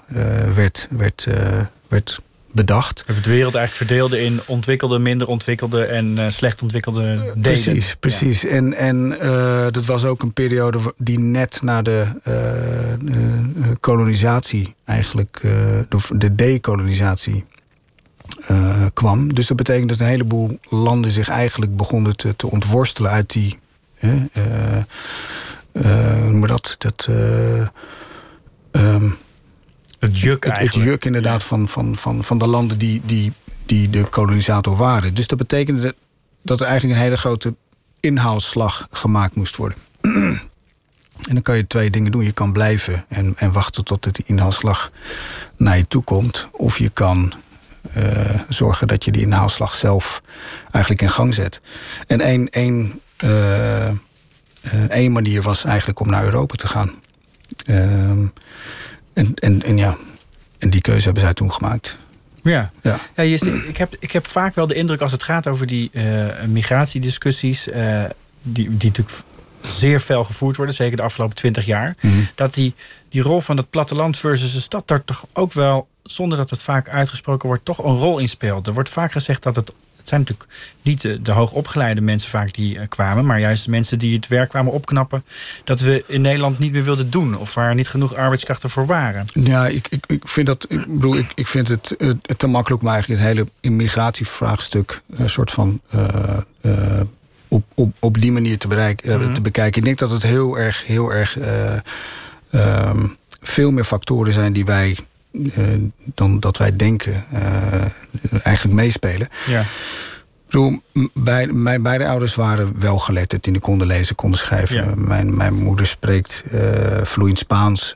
werd bedacht. De wereld eigenlijk verdeelde in ontwikkelde, minder ontwikkelde... en slecht ontwikkelde delen. Precies. Ja. En dat was ook een periode die net na de kolonisatie... eigenlijk de dekolonisatie... kwam. Dus dat betekent dat een heleboel landen zich eigenlijk begonnen te ontworstelen uit die... het juk eigenlijk. Het juk inderdaad van de landen die de kolonisator waren. Dus dat betekende dat er eigenlijk een hele grote inhaalslag gemaakt moest worden. En dan kan je 2 dingen doen. Je kan blijven en wachten tot die inhaalslag naar je toe komt. Of je kan... zorgen dat je die inhaalslag zelf eigenlijk in gang zet. En één manier was eigenlijk om naar Europa te gaan. En die keuze hebben zij toen gemaakt. Ja. Ik heb vaak wel de indruk als het gaat over die migratiediscussies... die natuurlijk zeer fel gevoerd worden, zeker de afgelopen 20 jaar... dat die rol van het platteland versus de stad daar toch ook wel... zonder dat het vaak uitgesproken wordt, toch een rol in speelt. Er wordt vaak gezegd dat het zijn natuurlijk niet de hoogopgeleide mensen vaak die kwamen... maar juist de mensen die het werk kwamen opknappen... dat we in Nederland niet meer wilden doen... of waar niet genoeg arbeidskrachten voor waren. Ja, ik vind dat... Ik vind het te makkelijk om eigenlijk het hele immigratievraagstuk... een soort van... op die manier te bekijken. Ik denk dat het heel erg veel meer factoren zijn die wij... dan dat wij denken eigenlijk meespelen. Ja. Mijn beide ouders waren wel geletterd en die konden lezen, konden schrijven. Ja. Mijn moeder spreekt vloeiend Spaans.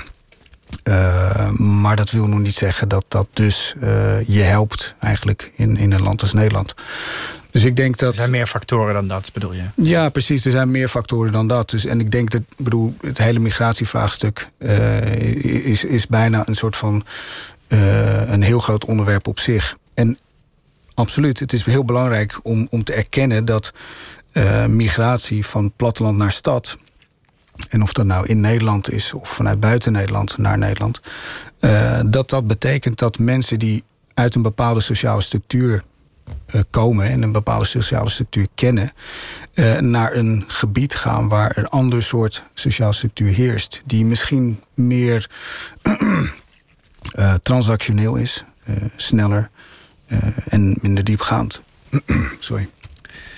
Maar dat wil nog niet zeggen dat dus je helpt eigenlijk in een land als Nederland. Dus ik denk dat... Er zijn meer factoren dan dat, bedoel je? Ja, precies. Er zijn meer factoren dan dat. Dus, en ik denk dat, het hele migratievraagstuk is bijna een soort van een heel groot onderwerp op zich. En absoluut, het is heel belangrijk om te erkennen dat migratie van platteland naar stad, en of dat nou in Nederland is of vanuit buiten Nederland naar Nederland, dat betekent dat mensen die uit een bepaalde sociale structuur komen en een bepaalde sociale structuur kennen, naar een gebied gaan waar een ander soort sociale structuur heerst, die misschien meer transactioneel is, sneller en minder diepgaand. Sorry.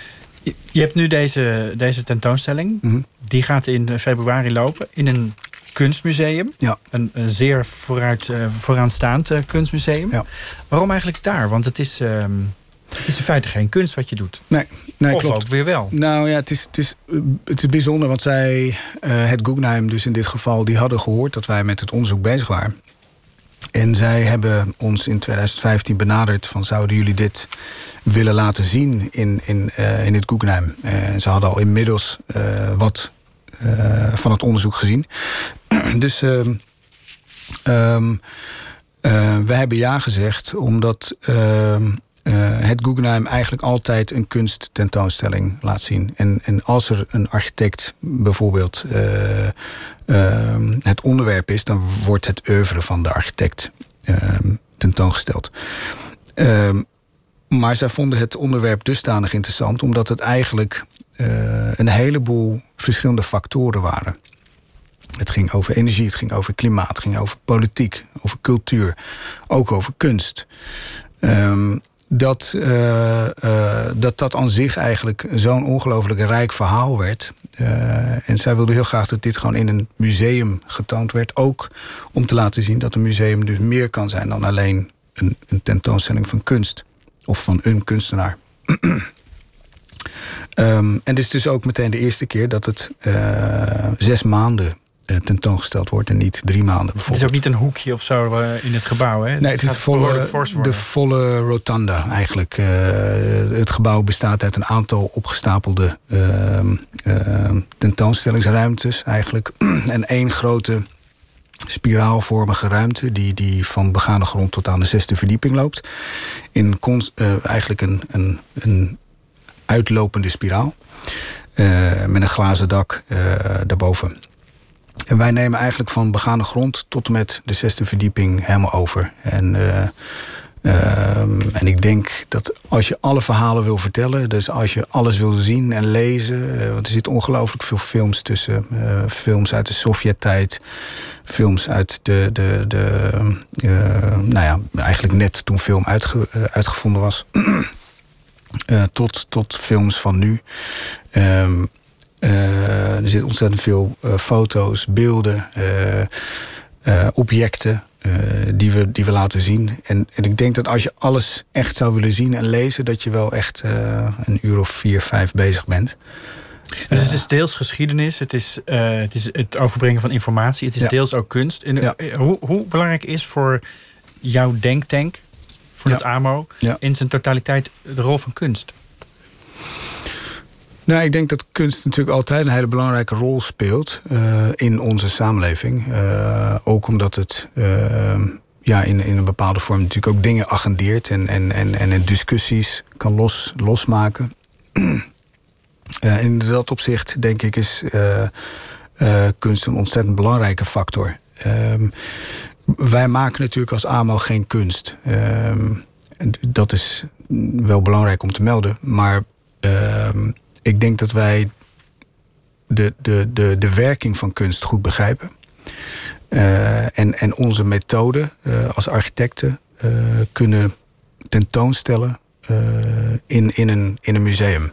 Je hebt nu deze tentoonstelling. Mm-hmm. Die gaat in februari lopen in een kunstmuseum. Ja. Een zeer vooraanstaand kunstmuseum. Ja. Waarom eigenlijk daar? Want het is in feite geen kunst wat je doet. Nee, of klopt. ook weer wel. Nou ja, het is bijzonder, want zij, het Guggenheim dus in dit geval, die hadden gehoord dat wij met het onderzoek bezig waren. En zij hebben ons in 2015 benaderd van, zouden jullie dit willen laten zien in het Guggenheim? Ze hadden al inmiddels wat van het onderzoek gezien. Dus wij hebben ja gezegd, omdat het Guggenheim eigenlijk altijd een kunsttentoonstelling laat zien. En als er een architect bijvoorbeeld het onderwerp is, dan wordt het oeuvre van de architect tentoongesteld. Maar zij vonden het onderwerp dusdanig interessant, omdat het eigenlijk een heleboel verschillende factoren waren. Het ging over energie, het ging over klimaat, het ging over politiek, over cultuur, ook over kunst. Dat aan zich eigenlijk zo'n ongelooflijk rijk verhaal werd. En zij wilde heel graag dat dit gewoon in een museum getoond werd. Ook om te laten zien dat een museum dus meer kan zijn dan alleen een tentoonstelling van kunst. Of van een kunstenaar. En dit is dus ook meteen de eerste keer dat het 6 maanden tentoongesteld wordt en niet 3 maanden. Het is ook niet een hoekje of zo in het gebouw, hè? Nee, het is de volle rotunda eigenlijk. Het gebouw bestaat uit een aantal opgestapelde tentoonstellingsruimtes eigenlijk. En 1 grote spiraalvormige ruimte die van begane grond tot aan de 6e verdieping loopt. Eigenlijk een uitlopende spiraal. Met een glazen dak daarboven. En wij nemen eigenlijk van begane grond tot en met de 6e verdieping helemaal over. En ik denk dat als je alle verhalen wil vertellen, dus als je alles wil zien en lezen, want er zitten ongelooflijk veel films tussen. Films uit de Sovjet-tijd, films uit eigenlijk net toen film uitgevonden was. Tot films van nu. Er zitten ontzettend veel foto's, beelden, objecten die we laten zien. En ik denk dat als je alles echt zou willen zien en lezen, dat je wel echt een uur of 4, 5 bezig bent. Dus het is deels geschiedenis, het is het overbrengen van informatie, het is deels ook kunst. En hoe belangrijk is voor jouw denktank, voor het AMO, in zijn totaliteit de rol van kunst? Nou, ik denk dat kunst natuurlijk altijd een hele belangrijke rol speelt in onze samenleving. Ook omdat het in een bepaalde vorm natuurlijk ook dingen agendeert en discussies kan losmaken. In dat opzicht, denk ik, is kunst een ontzettend belangrijke factor. Wij maken natuurlijk als AMO geen kunst. Dat is wel belangrijk om te melden, maar ik denk dat wij de werking van kunst goed begrijpen. En onze methode als architecten kunnen tentoonstellen in een museum.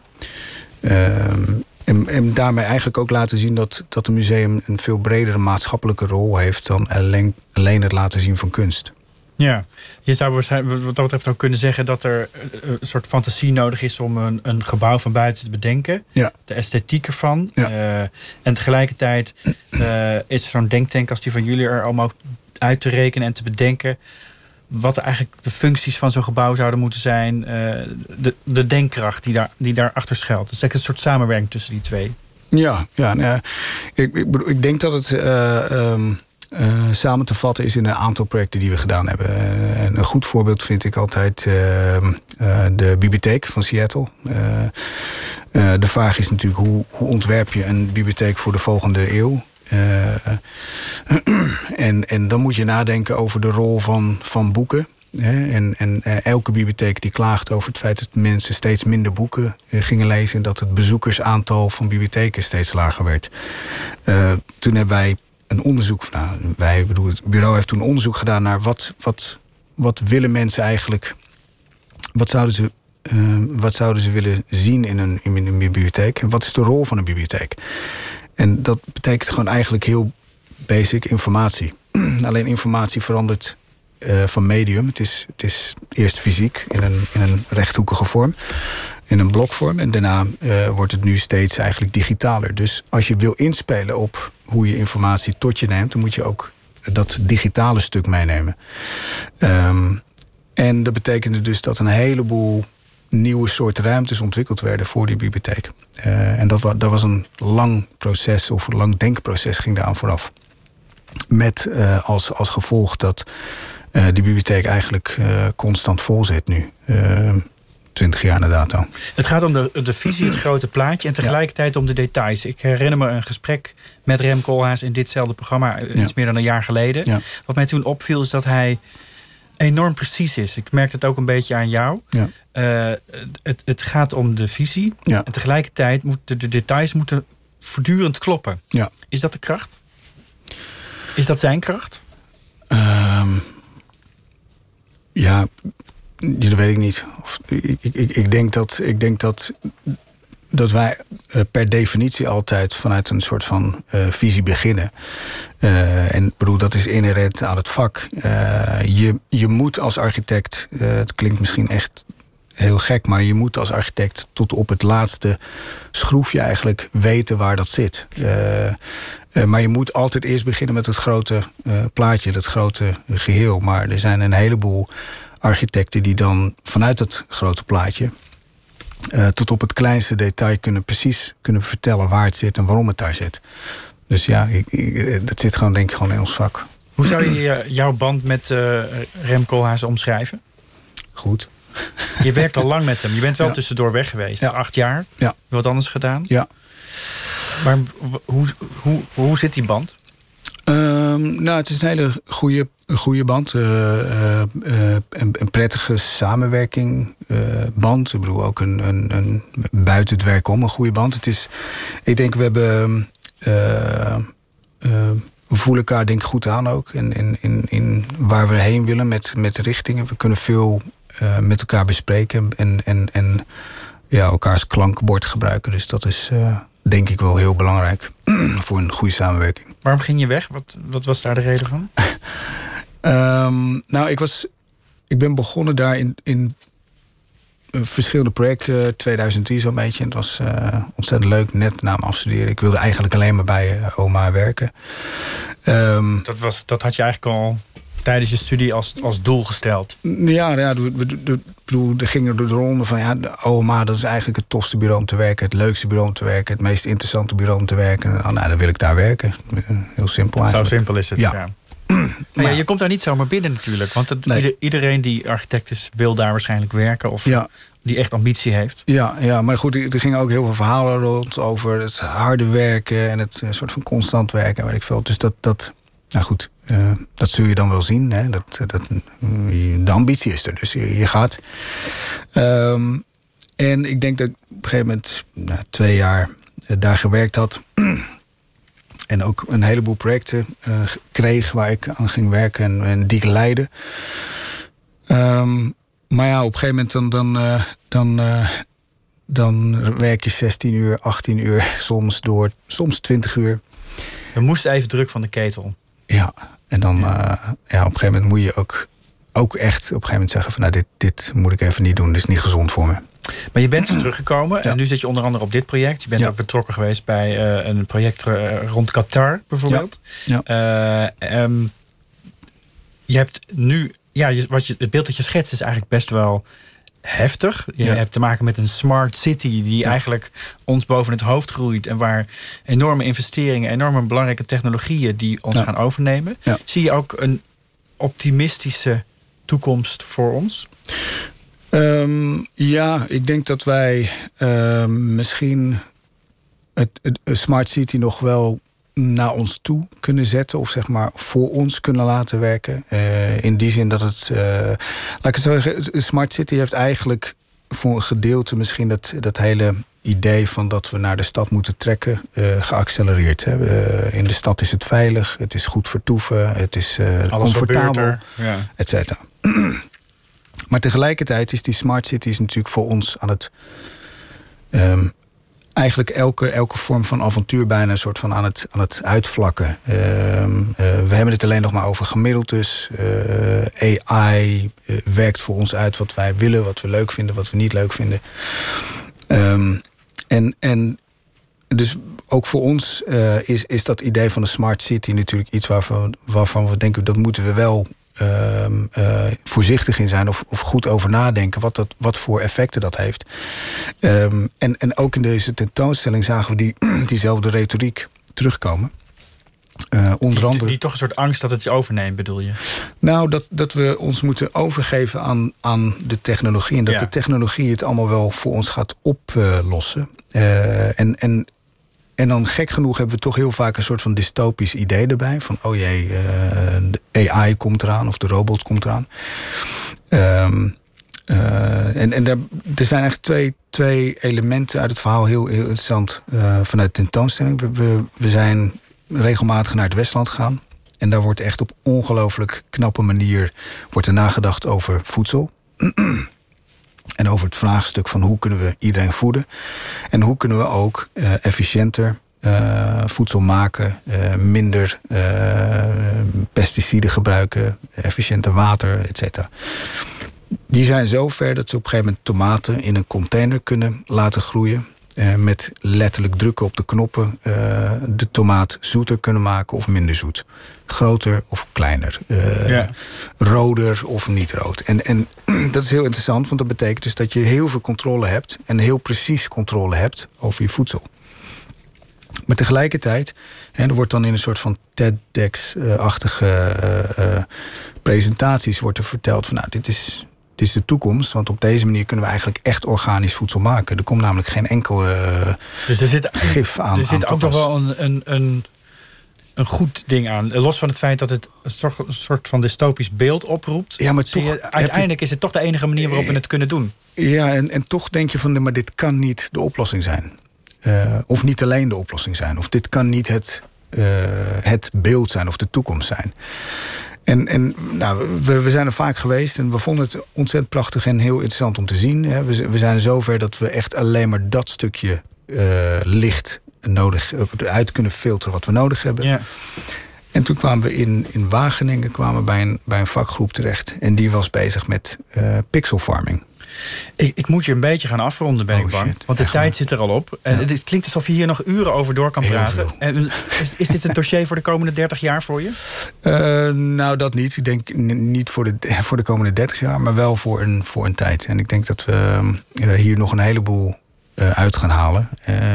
En daarmee eigenlijk ook laten zien dat een museum een veel bredere maatschappelijke rol heeft dan alleen het laten zien van kunst. Ja, je zou wat dat betreft ook kunnen zeggen dat er een soort fantasie nodig is om een gebouw van buiten te bedenken. Ja. De esthetiek ervan. Ja. En tegelijkertijd is zo'n denktank als die van jullie er allemaal uit te rekenen en te bedenken wat eigenlijk de functies van zo'n gebouw zouden moeten zijn. De denkkracht die daar achter schuilt. Dus eigenlijk een soort samenwerking tussen die twee. Ik denk dat het samen te vatten is in een aantal projecten die we gedaan hebben. En een goed voorbeeld vind ik altijd de bibliotheek van Seattle. De vraag is natuurlijk hoe ontwerp je een bibliotheek voor de volgende eeuw? En dan moet je nadenken over de rol van boeken. En elke bibliotheek die klaagt over het feit dat mensen steeds minder boeken gingen lezen en dat het bezoekersaantal van bibliotheken steeds lager werd. Toen hebben wij een onderzoek, het bureau heeft toen onderzoek gedaan naar wat willen mensen eigenlijk, wat zouden ze willen zien in een bibliotheek en wat is de rol van een bibliotheek. En dat betekent gewoon eigenlijk heel basic informatie. Alleen informatie verandert van medium. Het is eerst fysiek in een rechthoekige vorm, in een blokvorm. En daarna wordt het nu steeds eigenlijk digitaler. Dus als je wil inspelen op hoe je informatie tot je neemt, dan moet je ook dat digitale stuk meenemen. En dat betekende dus dat een heleboel nieuwe soorten ruimtes ontwikkeld werden voor die bibliotheek. En dat was een lang proces, of een lang denkproces ging daaraan vooraf. Met als gevolg dat die bibliotheek eigenlijk constant vol zit nu. 20 jaar na dato. Het gaat om de visie, het grote plaatje en tegelijkertijd om de details. Ik herinner me een gesprek met Rem Koolhaas in ditzelfde programma iets meer dan een jaar geleden. Ja. Wat mij toen opviel is dat hij enorm precies is. Ik merk het ook een beetje aan jou. Ja. Het gaat om de visie. Ja. En tegelijkertijd moeten de details voortdurend kloppen. Ja. Is dat de kracht? Is dat zijn kracht? Ja, dat weet ik niet. Ik denk dat wij per definitie altijd vanuit een soort van visie beginnen. En bedoel, dat is inherent aan het vak. Je moet als architect, het klinkt misschien echt heel gek, maar je moet als architect tot op het laatste schroefje eigenlijk weten waar dat zit. Maar je moet altijd eerst beginnen met het grote plaatje, dat grote geheel. Maar er zijn een heleboel architecten die dan vanuit het grote plaatje tot op het kleinste detail precies kunnen vertellen waar het zit en waarom het daar zit. Dus ja, dat zit gewoon, denk ik, gewoon in ons vak. Hoe zou je jouw band met Rem Koolhaas omschrijven? Goed. Je werkt al lang met hem. Je bent wel tussendoor weg geweest. Ja. 8 jaar. Ja. Wat anders gedaan. Ja. Maar hoe zit die band? Nou, het is een hele goede band. Een prettige samenwerking band. Ik bedoel, ook een buiten het werk om een goede band. Het is, ik denk, we hebben we voelen elkaar denk ik goed aan ook. In waar we heen willen met richtingen. We kunnen veel met elkaar bespreken. En elkaars klankbord gebruiken. Dus dat is denk ik wel heel belangrijk voor een goede samenwerking. Waarom ging je weg? Wat was daar de reden van? Nou, ik ben begonnen daar in verschillende projecten. 2010 zo'n beetje. Het was ontzettend leuk, net na mijn afstuderen. Ik wilde eigenlijk alleen maar bij OMA werken. Dat had je eigenlijk al tijdens je studie als doel gesteld? Ja, er gingen door de ronde van de OMA, dat is eigenlijk het tofste bureau om te werken, het leukste bureau om te werken, het meest interessante bureau om te werken. Nou, dan wil ik daar werken. Heel simpel eigenlijk. Zo simpel is het, ja. Maar je komt daar niet zomaar binnen natuurlijk. Want iedereen die architect is, wil daar waarschijnlijk werken. Of die echt ambitie heeft. Ja, maar goed, er gingen ook heel veel verhalen rond over het harde werken en het soort van constant werken en weet ik veel. Dus nou goed, dat zul je dan wel zien. Hè? De ambitie is er, dus je gaat. En ik denk dat ik op een gegeven moment 2 jaar daar gewerkt had. En ook een heleboel projecten kreeg waar ik aan ging werken en die ik leidde. Maar ja, op een gegeven moment dan werk je 16 uur, 18 uur, soms 20 uur. We moesten even druk van de ketel. Ja, en dan op een gegeven moment moet je ook echt op een gegeven moment zeggen van dit moet ik even niet doen, dit is niet gezond voor me. Maar je bent dus teruggekomen en nu zit je onder andere op dit project. Je bent ook betrokken geweest bij een project rond Qatar bijvoorbeeld. Ja. Je hebt nu, het beeld dat je schetst is eigenlijk best wel heftig. Je hebt te maken met een smart city die eigenlijk ons boven het hoofd groeit en waar enorme investeringen, enorme belangrijke technologieën die ons gaan overnemen. Ja. Zie je ook een optimistische toekomst voor ons? Ik denk dat wij misschien het smart city nog wel naar ons toe kunnen zetten, of zeg maar voor ons kunnen laten werken. In die zin dat het, laat ik het zo zeggen, smart city heeft eigenlijk voor een gedeelte misschien dat hele idee van dat we naar de stad moeten trekken geaccelereerd. In de stad is het veilig, het is goed vertoeven, het is comfortabel, et cetera. Maar tegelijkertijd is die smart cities natuurlijk voor ons aan het eigenlijk elke vorm van avontuur bijna een soort van aan het uitvlakken. We hebben het alleen nog maar over gemiddeld dus. AI werkt voor ons uit wat wij willen, wat we leuk vinden, wat we niet leuk vinden. En dus ook voor ons is dat idee van de smart city natuurlijk iets waarvan we denken, dat moeten we wel voorzichtig in zijn of goed over nadenken wat voor effecten dat heeft. En ook in deze tentoonstelling zagen we diezelfde retoriek terugkomen. Onder andere die toch een soort angst dat het je overneemt, bedoel je? Nou, dat we ons moeten overgeven aan de technologie. En dat de technologie het allemaal wel voor ons gaat oplossen. En dan gek genoeg hebben we toch heel vaak een soort van dystopisch idee erbij. Van oh jee, de AI komt eraan of de robot komt eraan. Er zijn eigenlijk twee elementen uit het verhaal heel interessant vanuit de tentoonstelling. We zijn regelmatig naar het Westland gegaan. En daar wordt echt op ongelooflijk knappe manier wordt er nagedacht over voedsel. En over het vraagstuk van hoe kunnen we iedereen voeden. En hoe kunnen we ook efficiënter voedsel maken. Minder pesticiden gebruiken. Efficiënter water, et cetera. Die zijn zo ver dat ze op een gegeven moment tomaten in een container kunnen laten groeien. Met letterlijk drukken op de knoppen de tomaat zoeter kunnen maken of minder zoet. Groter of kleiner. Roder of niet rood. En dat is heel interessant, want dat betekent dus dat je heel veel controle hebt. En heel precies controle hebt over je voedsel. Maar tegelijkertijd, er wordt dan in een soort van TEDx-achtige presentaties wordt er verteld van nou, dit is de toekomst, want op deze manier kunnen we eigenlijk echt organisch voedsel maken. Er komt namelijk geen enkel dus er zit, gif aan. Er zit ook nog wel een goed ding aan. Los van het feit dat het een soort van dystopisch beeld oproept. Ja, maar toch, uiteindelijk is het toch de enige manier waarop we het kunnen doen. Ja, en toch denk je van, maar dit kan niet de oplossing zijn. Of niet alleen de oplossing zijn. Of dit kan niet het beeld zijn of de toekomst zijn. En nou, we zijn er vaak geweest en we vonden het ontzettend prachtig en heel interessant om te zien. We zijn zover dat we echt alleen maar dat stukje licht nodig uit kunnen filteren wat we nodig hebben. Ja. En toen kwamen we in Wageningen bij een vakgroep terecht. En die was bezig met pixelfarming. Ik moet je een beetje gaan afronden, ben ik bang. Shit, want de tijd zit er al op. En het klinkt alsof je hier nog uren over door kan praten. En is dit een dossier voor de komende 30 jaar voor je? Nou, dat niet. Ik denk niet voor de komende 30 jaar, maar wel voor een tijd. En ik denk dat we hier nog een heleboel uit gaan halen.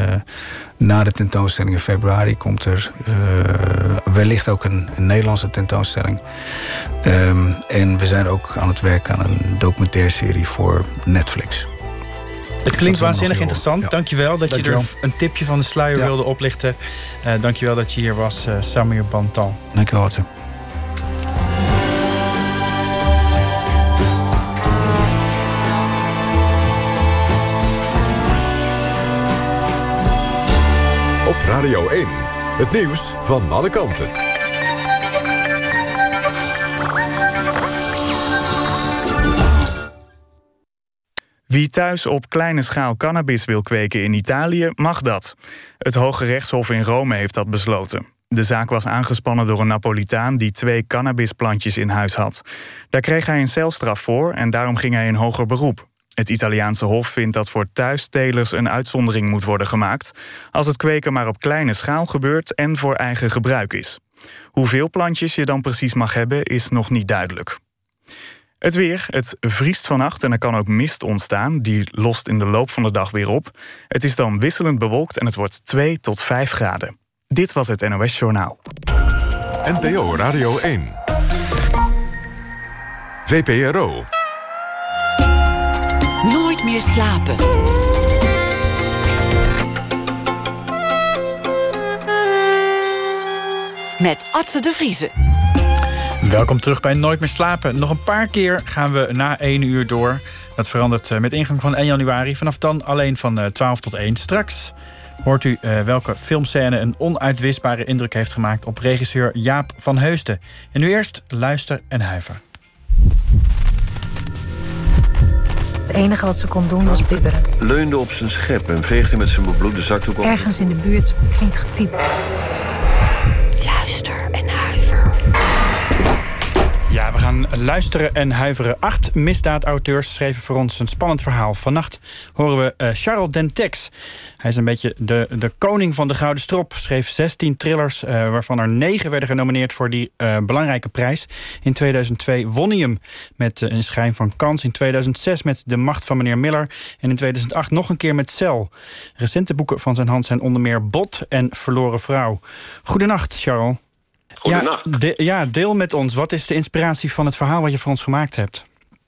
Na de tentoonstelling in februari komt er wellicht ook een Nederlandse tentoonstelling. En we zijn ook aan het werken aan een documentairserie voor Netflix. Het klinkt waanzinnig interessant. Ja. Dankjewel dat je er een tipje van de sluier wilde oplichten. Dankjewel dat je hier was, Samir Bantal. Dankjewel, Atze. Op Radio 1, het nieuws van alle kanten. Wie thuis op kleine schaal cannabis wil kweken in Italië, mag dat. Het Hoge Rechtshof in Rome heeft dat besloten. De zaak was aangespannen door een Napolitaan die 2 cannabisplantjes in huis had. Daar kreeg hij een celstraf voor en daarom ging hij in hoger beroep. Het Italiaanse hof vindt dat voor thuistelers een uitzondering moet worden gemaakt als het kweken maar op kleine schaal gebeurt en voor eigen gebruik is. Hoeveel plantjes je dan precies mag hebben is nog niet duidelijk. Het weer, het vriest vannacht en er kan ook mist ontstaan. Die lost in de loop van de dag weer op. Het is dan wisselend bewolkt en het wordt 2 tot 5 graden. Dit was het NOS Journaal. NPO Radio 1. VPRO. Nooit meer slapen. Met Atze de Vrieze. Welkom terug bij Nooit meer slapen. Nog een paar keer gaan we na 1 uur door. Dat verandert met ingang van 1 januari. Vanaf dan alleen van 12 tot 1. Straks hoort u welke filmscène een onuitwisbare indruk heeft gemaakt op regisseur Jaap van Heusden. En nu eerst luister en huiver. Het enige wat ze kon doen was bibberen. Leunde op zijn schep en veegde met zijn bebloede zakdoek op. Ergens in de buurt klinkt gepiep. Luister en huiver. Ja, we gaan luisteren en huiveren. 8 misdaadauteurs schreven voor ons een spannend verhaal. Vannacht horen we Charles Dentex. Hij is een beetje de koning van de Gouden Strop. Schreef 16 thrillers, waarvan er 9 werden genomineerd voor die belangrijke prijs. In 2002 won hij hem met Een schijn van kans. In 2006 met De macht van meneer Miller. En in 2008 nog een keer met Cel. Recente boeken van zijn hand zijn onder meer Bot en Verloren vrouw. Goedenacht, Charles. Goedenacht. Deel met ons. Wat is de inspiratie van het verhaal wat je voor ons gemaakt hebt?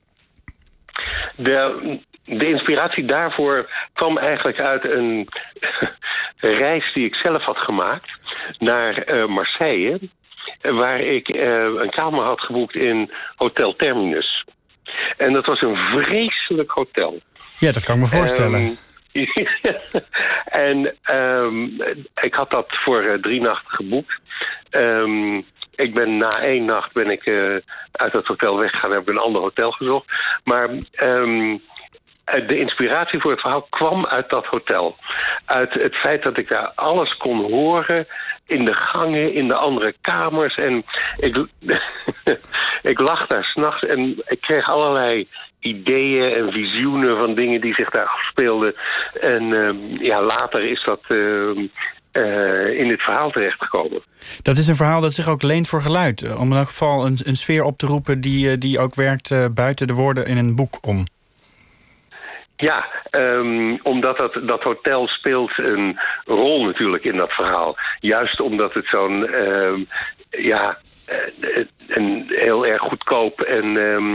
De inspiratie daarvoor kwam eigenlijk uit een reis die ik zelf had gemaakt naar Marseille, waar ik een kamer had geboekt in Hotel Terminus. En dat was een vreselijk hotel. Ja, dat kan ik me voorstellen. En ik had dat voor 3 nachten geboekt. Na 1 nacht ben ik uit het hotel weggegaan en heb ik een ander hotel gezocht. Maar de inspiratie voor het verhaal kwam uit dat hotel. Uit het feit dat ik daar alles kon horen in de gangen, in de andere kamers. En ik lag daar 's nachts en ik kreeg allerlei ideeën en visioenen van dingen die zich daar afspeelden. En later is dat in dit verhaal terechtgekomen. Dat is een verhaal dat zich ook leent voor geluid. Om in elk geval een sfeer op te roepen die ook werkt buiten de woorden in een boek om. Ja, omdat dat hotel speelt een rol natuurlijk in dat verhaal. Juist omdat het zo'n een heel erg goedkoop en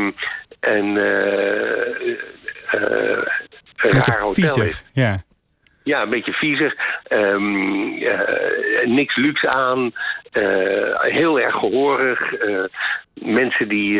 raar hotel is. Ja. Ja, een beetje viezig. Niks luxe aan. Heel erg gehoorig. Mensen die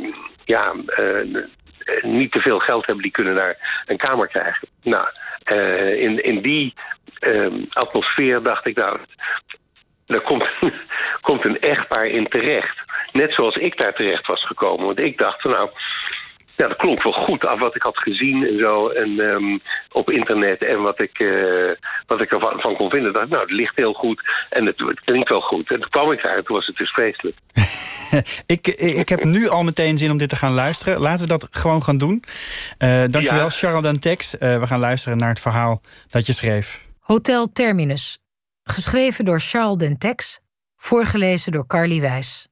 niet te veel geld hebben, die kunnen daar een kamer krijgen. Nou, in die atmosfeer dacht ik, nou, daar komt een echtpaar in terecht. Net zoals ik daar terecht was gekomen. Want ik dacht van, nou, ja, dat klonk wel goed af wat ik had gezien en zo. En op internet en wat ik ervan kon vinden. Dacht, nou, het ligt heel goed en het klinkt wel goed. En toen kwam ik daar en toen was het dus vreselijk. Ik heb nu al meteen zin om dit te gaan luisteren. Laten we dat gewoon gaan doen. Dankjewel, Charles Dentex. We gaan luisteren naar het verhaal dat je schreef. Hotel Terminus. Geschreven door Charles Dentex. Voorgelezen door Carly Wijs.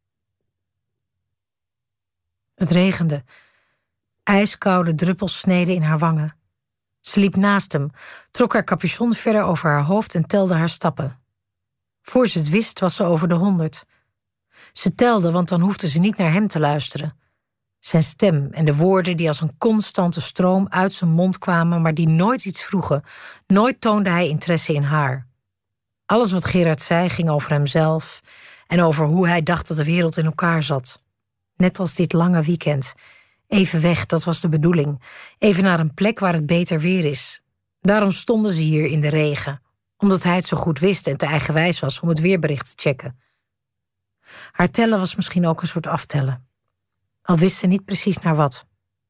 Het regende. Ijskoude druppels sneden in haar wangen. Ze liep naast hem, trok haar capuchon verder over haar hoofd en telde haar stappen. Voor ze het wist was ze over de 100. Ze telde, want dan hoefde ze niet naar hem te luisteren. Zijn stem en de woorden die als een constante stroom uit zijn mond kwamen, maar die nooit iets vroegen. Nooit toonde hij interesse in haar. Alles wat Gerard zei ging over hemzelf en over hoe hij dacht dat de wereld in elkaar zat. Net als dit lange weekend. Even weg, dat was de bedoeling. Even naar een plek waar het beter weer is. Daarom stonden ze hier in de regen. Omdat hij het zo goed wist en te eigenwijs was om het weerbericht te checken. Haar tellen was misschien ook een soort aftellen. Al wist ze niet precies naar wat.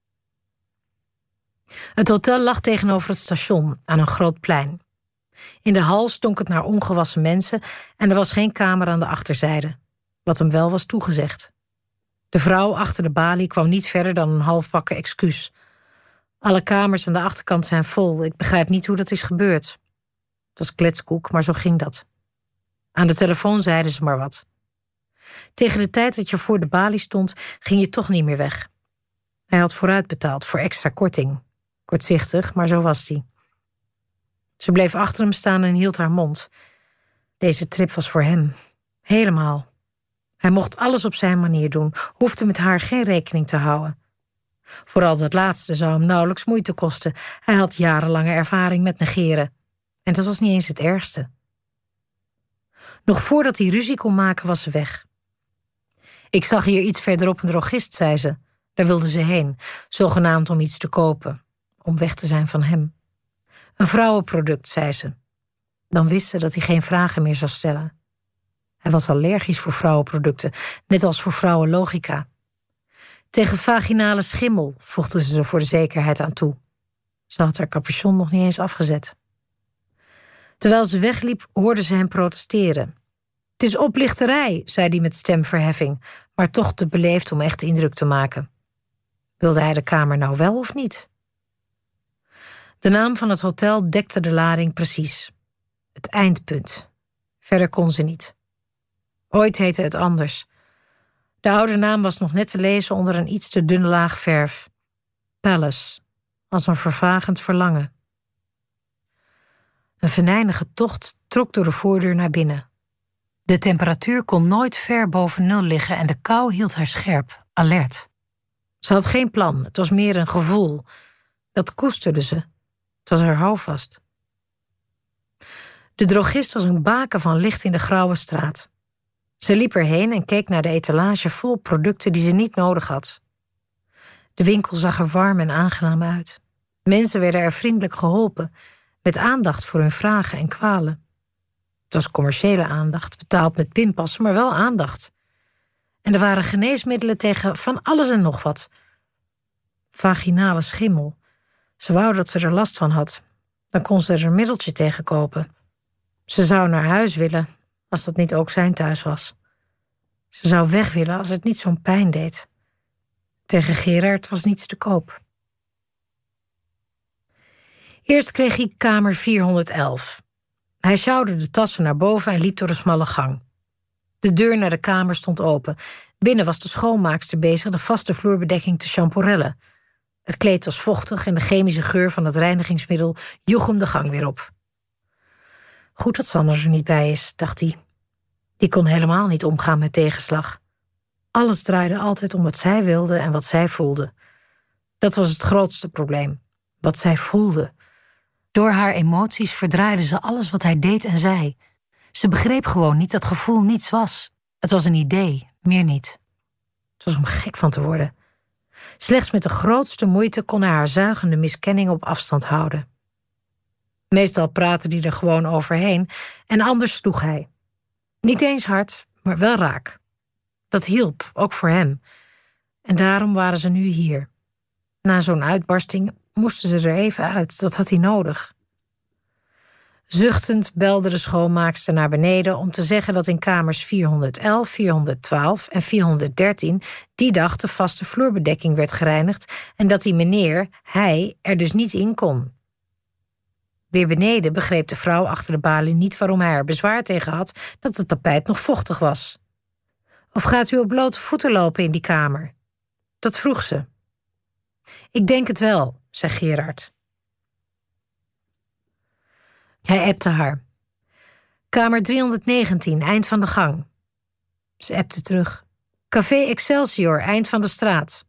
Het hotel lag tegenover het station, aan een groot plein. In de hal stonk het naar ongewassen mensen en er was geen kamer aan de achterzijde. Wat hem wel was toegezegd. De vrouw achter de balie kwam niet verder dan een halfbakken excuus. Alle kamers aan de achterkant zijn vol. Ik begrijp niet hoe dat is gebeurd. Het was kletskoek, maar zo ging dat. Aan de telefoon zeiden ze maar wat. Tegen de tijd dat je voor de balie stond, ging je toch niet meer weg. Hij had vooruit betaald voor extra korting. Kortzichtig, maar zo was hij. Ze bleef achter hem staan en hield haar mond. Deze trip was voor hem. Helemaal. Hij mocht alles op zijn manier doen, hoefde met haar geen rekening te houden. Vooral dat laatste zou hem nauwelijks moeite kosten. Hij had jarenlange ervaring met negeren. En dat was niet eens het ergste. Nog voordat hij ruzie kon maken, was ze weg. Ik zag hier iets verderop een drogist, zei ze. Daar wilde ze heen, zogenaamd om iets te kopen. Om weg te zijn van hem. Een vrouwenproduct, zei ze. Dan wist ze dat hij geen vragen meer zou stellen. Hij was allergisch voor vrouwenproducten, net als voor vrouwenlogica. Tegen vaginale schimmel, voegde ze er voor de zekerheid aan toe. Ze had haar capuchon nog niet eens afgezet. Terwijl ze wegliep, hoorde ze hem protesteren. Het is oplichterij, zei hij met stemverheffing, maar toch te beleefd om echt indruk te maken. Wilde hij de kamer nou wel of niet? De naam van het hotel dekte de lading precies. Het eindpunt. Verder kon ze niet. Ooit heette het anders. De oude naam was nog net te lezen onder een iets te dunne laag verf. Palace, als een vervagend verlangen. Een venijnige tocht trok door de voordeur naar binnen. De temperatuur kon nooit ver boven 0 liggen en de kou hield haar scherp, alert. Ze had geen plan, het was meer een gevoel. Dat koesterde ze. Het was haar houvast. De drogist was een baken van licht in de grauwe straat. Ze liep erheen en keek naar de etalage vol producten die ze niet nodig had. De winkel zag er warm en aangenaam uit. Mensen werden er vriendelijk geholpen, met aandacht voor hun vragen en kwalen. Het was commerciële aandacht, betaald met pinpassen, maar wel aandacht. En er waren geneesmiddelen tegen van alles en nog wat. Vaginale schimmel. Ze wou dat ze er last van had. Dan kon ze er een middeltje tegen kopen. Ze zou naar huis willen, als dat niet ook zijn thuis was. Ze zou weg willen als het niet zo'n pijn deed. Tegen Gerard was niets te koop. Eerst kreeg hij kamer 411. Hij sjouwde de tassen naar boven en liep door de smalle gang. De deur naar de kamer stond open. Binnen was de schoonmaakster bezig de vaste vloerbedekking te champorellen. Het kleed was vochtig en de chemische geur van het reinigingsmiddel joeg hem de gang weer op. Goed dat Sander er niet bij is, dacht hij. Die kon helemaal niet omgaan met tegenslag. Alles draaide altijd om wat zij wilde en wat zij voelde. Dat was het grootste probleem. Wat zij voelde. Door haar emoties verdraaide ze alles wat hij deed en zei. Ze begreep gewoon niet dat gevoel niets was. Het was een idee, meer niet. Het was om gek van te worden. Slechts met de grootste moeite kon hij haar zuigende miskenning op afstand houden. Meestal praatte hij er gewoon overheen en anders sloeg hij. Niet eens hard, maar wel raak. Dat hielp, ook voor hem. En daarom waren ze nu hier. Na zo'n uitbarsting moesten ze er even uit, dat had hij nodig. Zuchtend belde de schoonmaakster naar beneden om te zeggen dat in kamers 411, 412 en 413 die dag de vaste vloerbedekking werd gereinigd en dat die meneer, hij, er dus niet in kon. Weer beneden begreep de vrouw achter de balie niet waarom hij er bezwaar tegen had dat het tapijt nog vochtig was. Of gaat u op blote voeten lopen in die kamer? Dat vroeg ze. Ik denk het wel, zei Gerard. Hij appte haar. Kamer 319, eind van de gang. Ze appte terug. Café Excelsior, eind van de straat.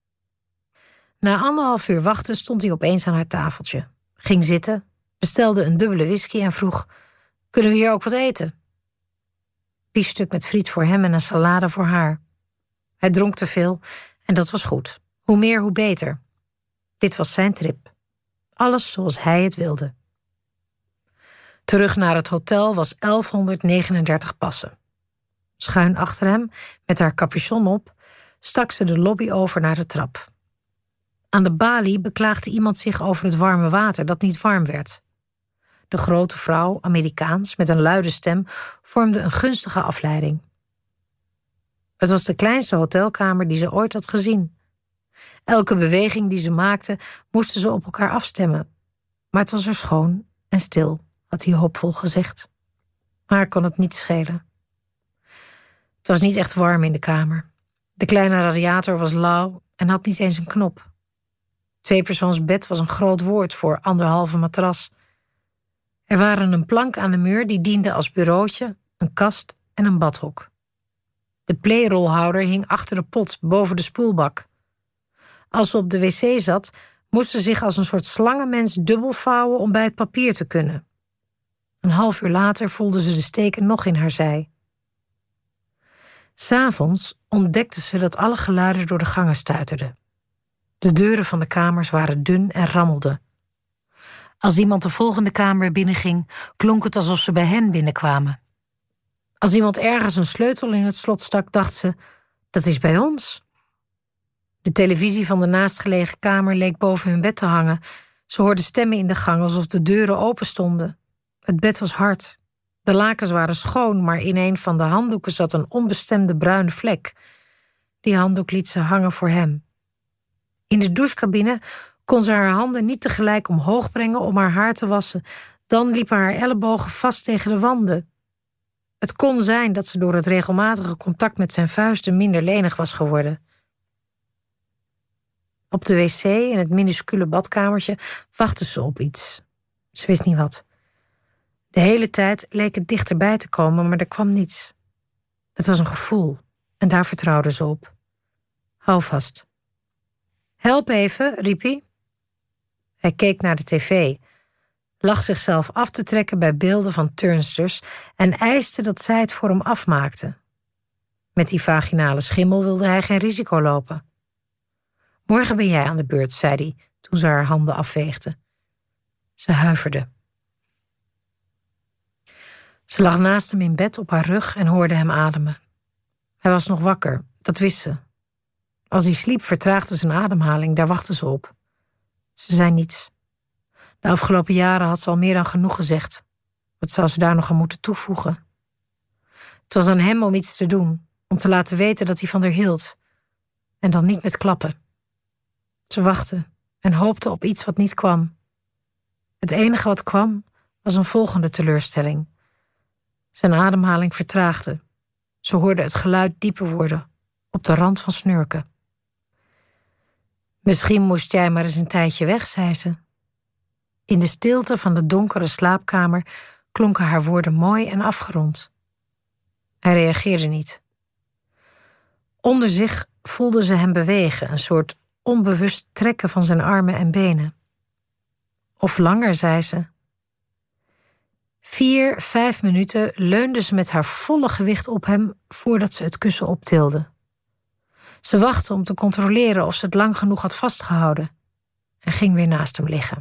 Na 1,5 uur wachten stond hij opeens aan haar tafeltje. Ging zitten, bestelde een dubbele whisky en vroeg... Kunnen we hier ook wat eten? Biefstuk met friet voor hem en een salade voor haar. Hij dronk te veel en dat was goed. Hoe meer, hoe beter. Dit was zijn trip. Alles zoals hij het wilde. Terug naar het hotel was 1139 passen. Schuin achter hem, met haar capuchon op, stak ze de lobby over naar de trap. Aan de balie beklaagde iemand zich over het warme water dat niet warm werd. De grote vrouw, Amerikaans, met een luide stem, vormde een gunstige afleiding. Het was de kleinste hotelkamer die ze ooit had gezien. Elke beweging die ze maakte, moesten ze op elkaar afstemmen. Maar het was er schoon en stil, had hij hoopvol gezegd. Haar kon het niet schelen. Het was niet echt warm in de kamer. De kleine radiator was lauw en had niet eens een knop. 2-persoonsbed was een groot woord voor 1,5 matras. Er waren een plank aan de muur die diende als bureautje, een kast en een badhok. De playrolhouder hing achter de pot boven de spoelbak. Als ze op de wc zat, moest ze zich als een soort slangenmens dubbel vouwen om bij het papier te kunnen. 1,5 uur later voelde ze de steken nog in haar zij. 'S'avonds ontdekte ze dat alle geluiden door de gangen stuiterden. De deuren van de kamers waren dun en rammelden. Als iemand de volgende kamer binnenging, klonk het alsof ze bij hen binnenkwamen. Als iemand ergens een sleutel in het slot stak, dacht ze, dat is bij ons. De televisie van de naastgelegen kamer leek boven hun bed te hangen. Ze hoorden stemmen in de gang alsof de deuren open stonden. Het bed was hard. De lakens waren schoon, maar in een van de handdoeken zat een onbestemde bruine vlek. Die handdoek liet ze hangen voor hem. In de douchecabine kon ze haar handen niet tegelijk omhoog brengen om haar haar te wassen. Dan liepen haar ellebogen vast tegen de wanden. Het kon zijn dat ze door het regelmatige contact met zijn vuisten minder lenig was geworden. Op de wc in het minuscule badkamertje wachtte ze op iets. Ze wist niet wat. De hele tijd leek het dichterbij te komen, maar er kwam niets. Het was een gevoel en daar vertrouwde ze op. Hou vast. Help even, riep hij. Hij keek naar de tv, lag zichzelf af te trekken bij beelden van turnsters en eiste dat zij het voor hem afmaakte. Met die vaginale schimmel wilde hij geen risico lopen. Morgen ben jij aan de beurt, zei hij toen ze haar handen afveegde. Ze huiverde. Ze lag naast hem in bed op haar rug en hoorde hem ademen. Hij was nog wakker, dat wist ze. Als hij sliep vertraagde zijn ademhaling, daar wachtte ze op. Ze zei niets. De afgelopen jaren had ze al meer dan genoeg gezegd. Wat zou ze daar nog aan moeten toevoegen? Het was aan hem om iets te doen, om te laten weten dat hij van haar hield. En dan niet met klappen. Ze wachtte en hoopte op iets wat niet kwam. Het enige wat kwam was een volgende teleurstelling. Zijn ademhaling vertraagde. Ze hoorde het geluid dieper worden, op de rand van snurken. Misschien moest jij maar eens een tijdje weg, zei ze. In de stilte van de donkere slaapkamer klonken haar woorden mooi en afgerond. Hij reageerde niet. Onder zich voelde ze hem bewegen, een soort onbewust trekken van zijn armen en benen. Of langer, zei ze. 4-5 minuten leunde ze met haar volle gewicht op hem voordat ze het kussen optilde. Ze wachtte om te controleren of ze het lang genoeg had vastgehouden en ging weer naast hem liggen.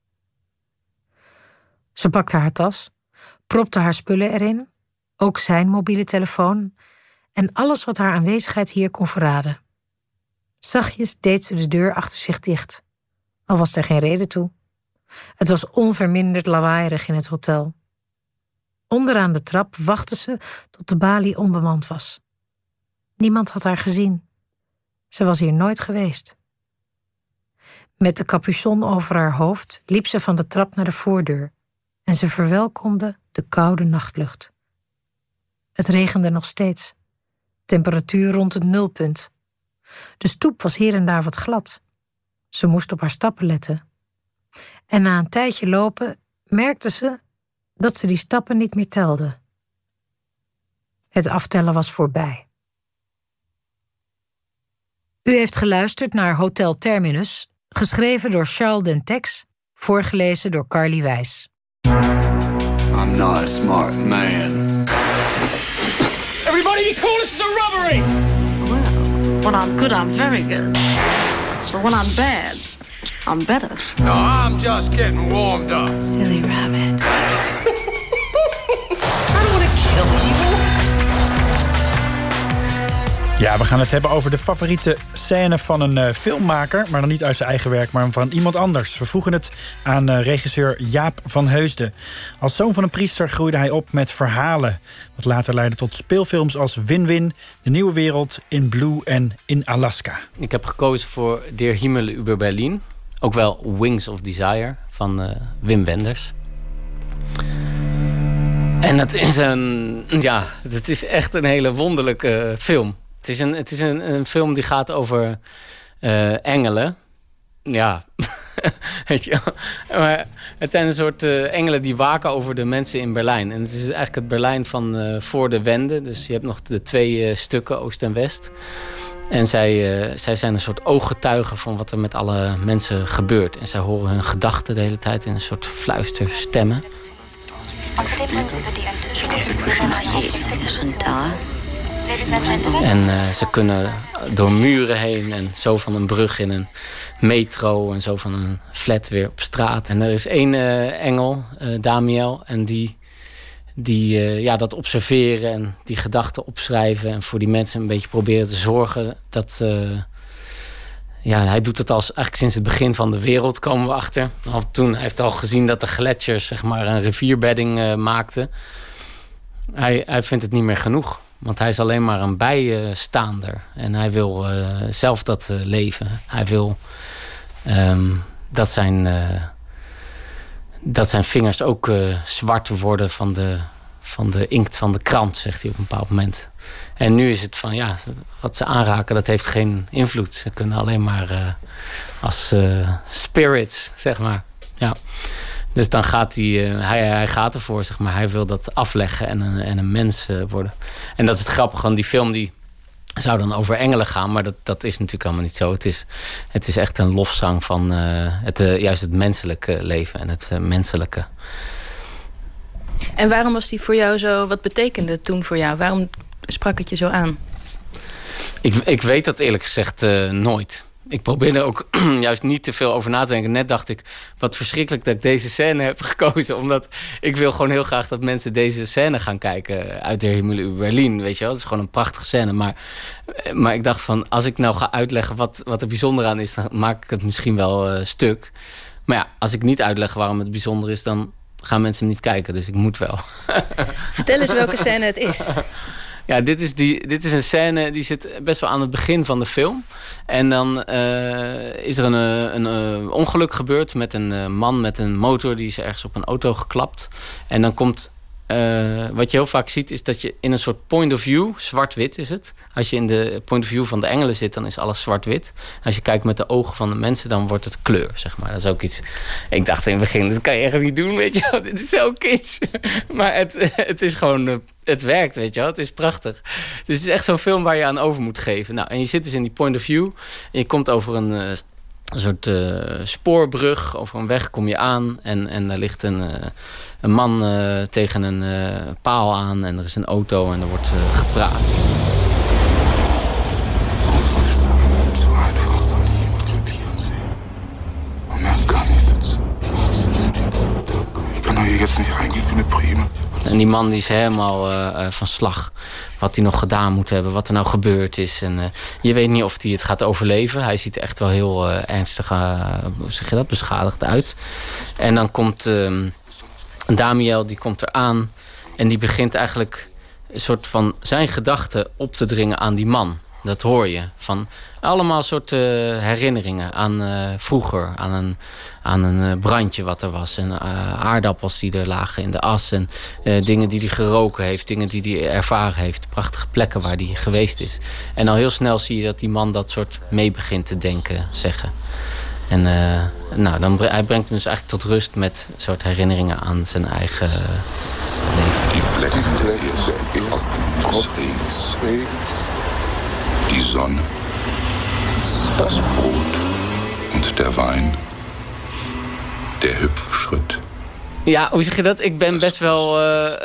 Ze pakte haar tas, propte haar spullen erin, ook zijn mobiele telefoon en alles wat haar aanwezigheid hier kon verraden. Zachtjes deed ze de deur achter zich dicht, al was er geen reden toe. Het was onverminderd lawaaierig in het hotel. Onderaan de trap wachtte ze tot de balie onbemand was. Niemand had haar gezien. Ze was hier nooit geweest. Met de capuchon over haar hoofd liep ze van de trap naar de voordeur en ze verwelkomde de koude nachtlucht. Het regende nog steeds. Temperatuur rond het nulpunt. De stoep was hier en daar wat glad. Ze moest op haar stappen letten. En na een tijdje lopen merkte ze dat ze die stappen niet meer telde. Het aftellen was voorbij. U heeft geluisterd naar Hotel Terminus, geschreven door Charles Dentex, voorgelezen door Carly Wijs. I'm not a smart man. Everybody be cool, this is a robbery! Well, when I'm good, I'm very good. But when I'm bad, I'm better. No, I'm just getting warmed up. Silly rabbit. I don't want to kill you. Ja, we gaan het hebben over de favoriete scène van een filmmaker, maar dan niet uit zijn eigen werk, maar van iemand anders. We vroegen het aan regisseur Jaap van Heusden. Als zoon van een priester groeide hij op met verhalen, wat later leidde tot speelfilms als Win-Win, De Nieuwe Wereld, In Blue en In Alaska. Ik heb gekozen voor Der Himmel über Berlin, ook wel Wings of Desire van Wim Wenders. En het is echt een hele wonderlijke film. Het is een film die gaat over engelen. Ja, weet je. Maar het zijn een soort engelen die waken over de mensen in Berlijn. En het is eigenlijk het Berlijn van voor de Wende. Dus je hebt nog de twee stukken, Oost en West. En zij zijn een soort ooggetuigen van wat er met alle mensen gebeurt. En zij horen hun gedachten de hele tijd in een soort fluisterstemmen. En ze kunnen door muren heen en zo van een brug in een metro en zo van een flat weer op straat. En er is één engel, Damiel, en die dat observeren en die gedachten opschrijven en voor die mensen een beetje proberen te zorgen hij doet het eigenlijk sinds het begin van de wereld, komen we achter. Hij heeft al gezien dat de gletsjers zeg maar een rivierbedding maakten. Hij vindt het niet meer genoeg. Want hij is alleen maar een bijstaander. En hij wil zelf dat leven. Hij wil dat zijn vingers ook zwart worden van de inkt van de krant, zegt hij op een bepaald moment. En nu is het van, wat ze aanraken, dat heeft geen invloed. Ze kunnen alleen maar als spirits, zeg maar. Ja. Dus dan gaat hij gaat ervoor, zeg maar. Hij wil dat afleggen en een mens worden. En dat is het grappige van die film. Die zou dan over engelen gaan, maar dat is natuurlijk helemaal niet zo. Het is echt een lofzang van juist het menselijke leven en het menselijke. En waarom was die voor jou zo... Wat betekende het toen voor jou? Waarom sprak het je zo aan? Ik weet dat eerlijk gezegd nooit. Ik probeerde ook juist niet te veel over na te denken. Net dacht ik, wat verschrikkelijk dat ik deze scène heb gekozen. Omdat ik wil gewoon heel graag dat mensen deze scène gaan kijken. Uit Der Himmel über Berlin, weet je wel. Het is gewoon een prachtige scène. Maar ik dacht van, als ik nou ga uitleggen wat er bijzonder aan is... dan maak ik het misschien wel stuk. Maar ja, als ik niet uitleg waarom het bijzonder is... dan gaan mensen hem niet kijken, dus ik moet wel. Vertel eens welke scène het is. Ja, dit is een scène die zit best wel aan het begin van de film. En dan is er een ongeluk gebeurd met een man met een motor. Die is ergens op een auto geklapt. En dan komt... wat je heel vaak ziet is dat je in een soort point of view... zwart-wit is het. Als je in de point of view van de engelen zit... dan is alles zwart-wit. Als je kijkt met de ogen van de mensen... dan wordt het kleur, zeg maar. Dat is ook iets... Ik dacht in het begin, dat kan je echt niet doen, weet je wel. Dit is zo kitsch. Maar het is gewoon... Het werkt, weet je wel. Het is prachtig. Dus het is echt zo'n film waar je aan over moet geven. Nou, en je zit dus in die point of view... en je komt over een soort spoorbrug... over een weg kom je aan... en daar ligt een man tegen een paal aan... en er is een auto en er wordt gepraat. En die man die is helemaal van slag. Wat hij nog gedaan moet hebben. Wat er nou gebeurd is. En je weet niet of hij het gaat overleven. Hij ziet er echt wel heel ernstig hoe zeg je dat, beschadigd uit. En dan komt Damiel, die komt eraan. En die begint eigenlijk een soort van zijn gedachten op te dringen aan die man. Dat hoor je. Van allemaal soorten herinneringen aan vroeger. Aan een brandje wat er was. En aardappels die er lagen in de as. En dingen die hij geroken heeft. Dingen die hij ervaren heeft. Prachtige plekken waar hij geweest is. En al heel snel zie je dat die man dat soort mee begint te denken, zeggen. En hij brengt hem dus eigenlijk tot rust met een soort herinneringen aan zijn eigen leven. Die Fläche ist Tropfens, die Sonne, das Brot und der Wein, der Hüpfschritt. Ja, hoe zeg je dat? Ik ben best wel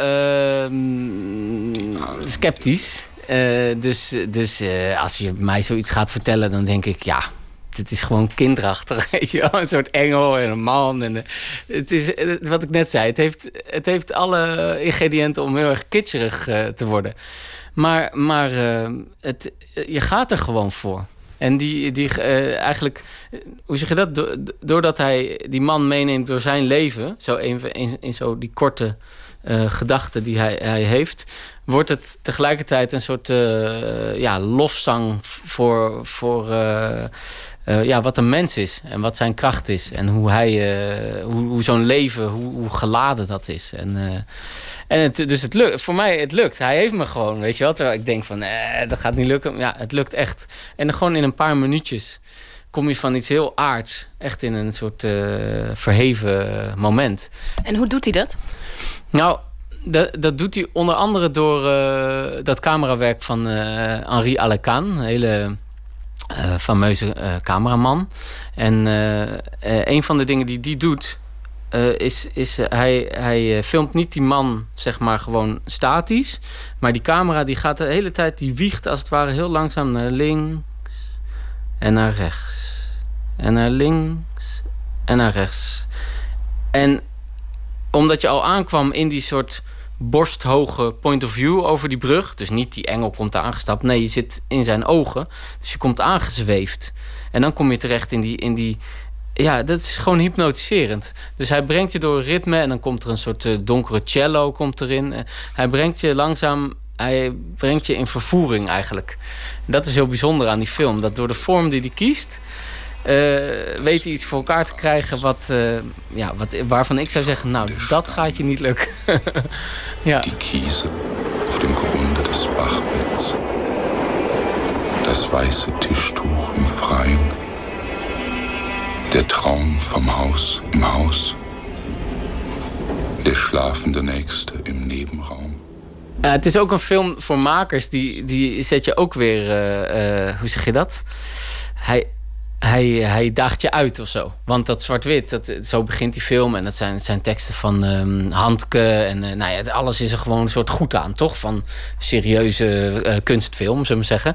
sceptisch. Dus als je mij zoiets gaat vertellen, dan denk ik, ja, dit is gewoon kinderachtig, weet je wel. Een soort engel en een man. En, het is, wat ik net zei, het heeft alle ingrediënten om heel erg kitscherig te worden. Maar je gaat er gewoon voor. En eigenlijk, hoe zeg je dat? Doordat hij die man meeneemt door zijn leven, zo in zo die korte gedachten die hij heeft, wordt het tegelijkertijd een soort lofzang voor wat een mens is en wat zijn kracht is en hoe zo'n leven, hoe geladen dat is. Dus het lukt. Voor mij, het lukt. Hij heeft me gewoon, weet je wel. Terwijl ik denk van, dat gaat niet lukken. Ja, het lukt echt. En dan gewoon in een paar minuutjes kom je van iets heel aards echt in een soort verheven moment. En hoe doet hij dat? Nou, dat doet hij onder andere door dat camerawerk van Henri Alecan, een hele fameuze cameraman. En een van de dingen die doet, hij filmt niet die man, zeg maar, gewoon statisch. Maar die camera die gaat de hele tijd, die wiegt als het ware heel langzaam naar links en naar rechts. En naar links en naar rechts. En omdat je al aankwam in die soort borsthoge point of view over die brug. Dus niet die engel komt aangestapt. Nee, je zit in zijn ogen. Dus je komt aangezweefd. En dan kom je terecht in die ja, dat is gewoon hypnotiserend. Dus hij brengt je door een ritme en dan komt er een soort donkere cello komt erin. Hij brengt je langzaam, hij brengt je in vervoering eigenlijk. En dat is heel bijzonder aan die film. Dat door de vorm die hij kiest, weet hij iets voor elkaar te krijgen waarvan ik zou zeggen, nou, dat gaat je niet lukken. Ja. Die Kiese auf dem Grunde des Bachbetts. Das weiße Tischtuch im Freien. Der Traum vom Haus im Haus. Der schlafende Nächste im Nebenraum. Het is ook een film voor makers. Die zet je ook weer... hoe zeg je dat? Hij daagt je uit of zo. Want dat zwart-wit, zo begint die film. En dat zijn teksten van Handke. En alles is er gewoon een soort goed aan, toch? Van serieuze kunstfilm, zullen we zeggen.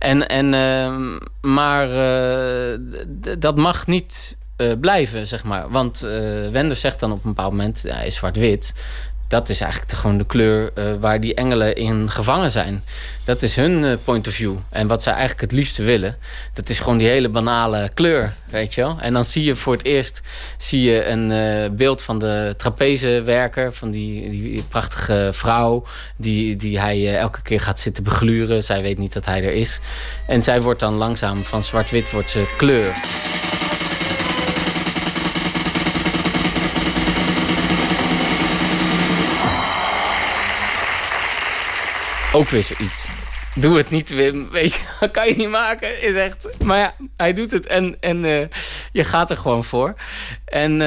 Maar dat mag niet blijven, zeg maar. Want Wenders zegt dan op een bepaald moment, is zwart-wit. Dat is eigenlijk gewoon de kleur waar die engelen in gevangen zijn. Dat is hun point of view. En wat zij eigenlijk het liefste willen, dat is gewoon die hele banale kleur, weet je wel. En dan zie je voor het eerst een beeld van de trapezewerker, van die prachtige vrouw, die hij elke keer gaat zitten begluren. Zij weet niet dat hij er is. En zij wordt dan langzaam van zwart-wit wordt ze kleur. Ook weer zoiets. Doe het niet, Wim. Weet je, dat kan je niet maken. Is echt. Maar ja, hij doet het en je gaat er gewoon voor. En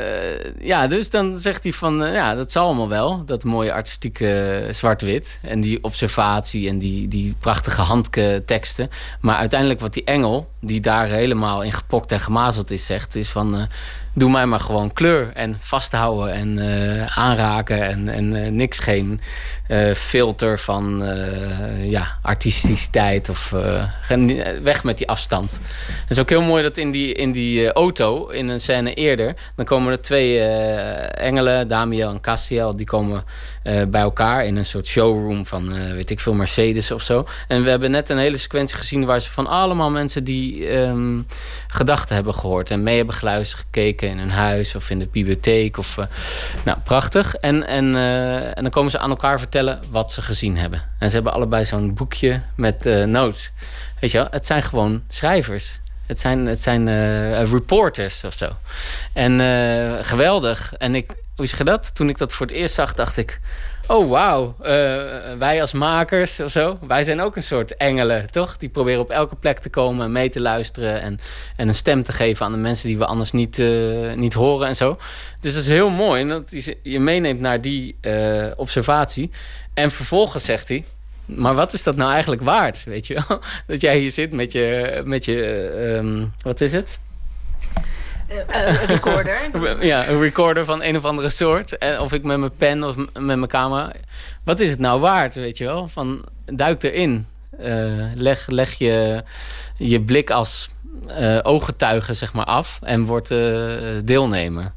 dus dan zegt hij van, dat zal allemaal wel. Dat mooie artistieke zwart-wit. En die observatie en die prachtige handteksten. Maar uiteindelijk wat die engel, die daar helemaal in gepokt en gemazeld is, zegt, is van, doe mij maar gewoon kleur en vasthouden en aanraken en niks, geen filter van artisticiteit of weg met die afstand. Het is ook heel mooi dat in die auto, in een scène eerder, dan komen er twee engelen, Damiel en Castiel, die komen bij elkaar in een soort showroom van, weet ik veel, Mercedes of zo. En we hebben net een hele sequentie gezien waar ze van allemaal mensen die gedachten hebben gehoord en mee hebben geluisterd, gekeken in hun huis of in de bibliotheek. Prachtig. En dan komen ze aan elkaar vertellen wat ze gezien hebben. En ze hebben allebei zo'n boekje met notes. Weet je wel, het zijn gewoon schrijvers. Het zijn reporters of zo. En geweldig. En hoe zeg je dat? Toen ik dat voor het eerst zag, dacht ik, oh wauw, wij als makers of zo, wij zijn ook een soort engelen, toch? Die proberen op elke plek te komen en mee te luisteren en een stem te geven aan de mensen die we anders niet horen en zo. Dus dat is heel mooi dat je meeneemt naar die observatie. En vervolgens zegt hij, maar wat is dat nou eigenlijk waard, weet je wel? Dat jij hier zit met je wat is het? Recorder. Ja, een recorder van een of andere soort. Of ik met mijn pen of met mijn camera. Wat is het nou waard, weet je wel? Van, duik erin. Leg je blik als ooggetuige, zeg maar, af. En word deelnemer.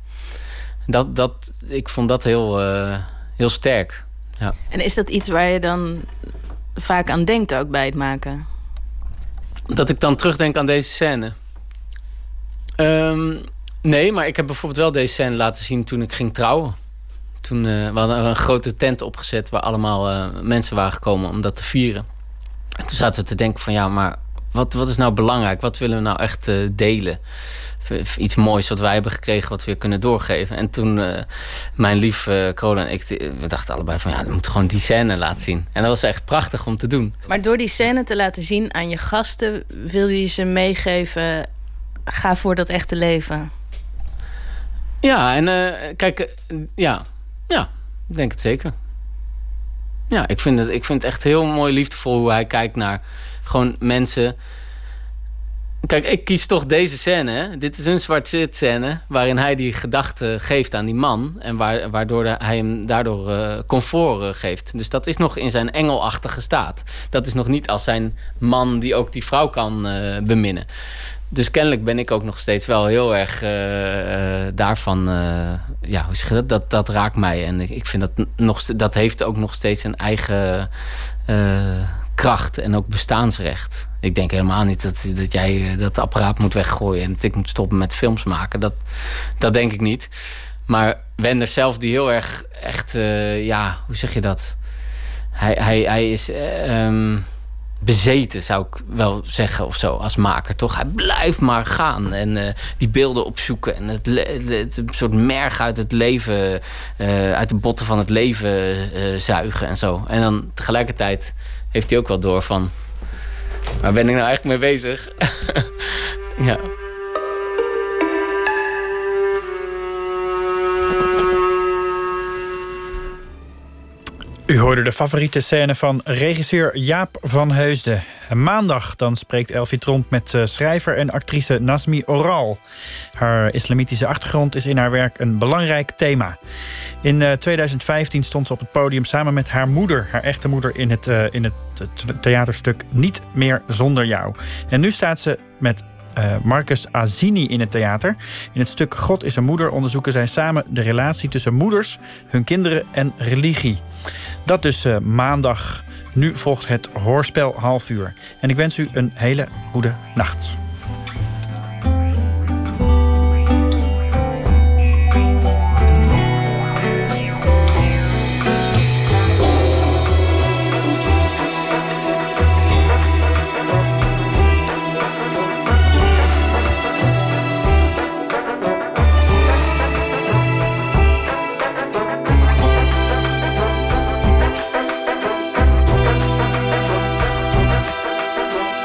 Ik vond dat heel sterk. Ja. En is dat iets waar je dan vaak aan denkt ook bij het maken? Dat ik dan terugdenk aan deze scène? Nee, maar ik heb bijvoorbeeld wel deze scène laten zien toen ik ging trouwen. Toen we hadden een grote tent opgezet waar allemaal mensen waren gekomen om dat te vieren. En toen zaten we te denken van, ja, maar wat is nou belangrijk? Wat willen we nou echt delen? Iets moois wat wij hebben gekregen, wat we weer kunnen doorgeven. En toen mijn lief Carola en ik, we dachten allebei van, ja, we moeten gewoon die scène laten zien. En dat was echt prachtig om te doen. Maar door die scène te laten zien aan je gasten, wil je ze meegeven, ga voor dat echte leven. Ja, en kijk, ik denk het zeker. Ja, ik vind het echt heel mooi, liefdevol hoe hij kijkt naar gewoon mensen. Kijk, ik kies toch deze scène. Hè? Dit is een zwart-wit scène waarin hij die gedachte geeft aan die man en waardoor hij hem daardoor comfort geeft. Dus dat is nog in zijn engelachtige staat. Dat is nog niet als zijn man die ook die vrouw kan beminnen. Dus kennelijk ben ik ook nog steeds wel heel erg daarvan... hoe zeg je dat? Dat raakt mij. En ik vind dat heeft ook nog steeds een eigen kracht en ook bestaansrecht. Ik denk helemaal niet dat jij dat apparaat moet weggooien... en dat ik moet stoppen met films maken. Dat denk ik niet. Maar Wenders zelf die heel erg echt... hoe zeg je dat? Hij is... bezeten, zou ik wel zeggen, of zo, als maker, toch? Hij blijft maar gaan en die beelden opzoeken... en het een soort merg uit het leven... uit de botten van het leven zuigen en zo. En dan tegelijkertijd heeft hij ook wel door van... waar ben ik nou eigenlijk mee bezig? Ja. U hoorde de favoriete scène van regisseur Jaap van Heusden. Maandag dan spreekt Elfie Tromp met schrijver en actrice Nazmi Oral. Haar islamitische achtergrond is in haar werk een belangrijk thema. In 2015 stond ze op het podium samen met haar moeder, haar echte moeder, in het theaterstuk Niet meer zonder jou. En nu staat ze met Marcus Azini in het theater. In het stuk God is een moeder onderzoeken zij samen de relatie tussen moeders, hun kinderen en religie. Dat dus maandag. Nu volgt het hoorspel 1/2 uur. En ik wens u een hele goede nacht.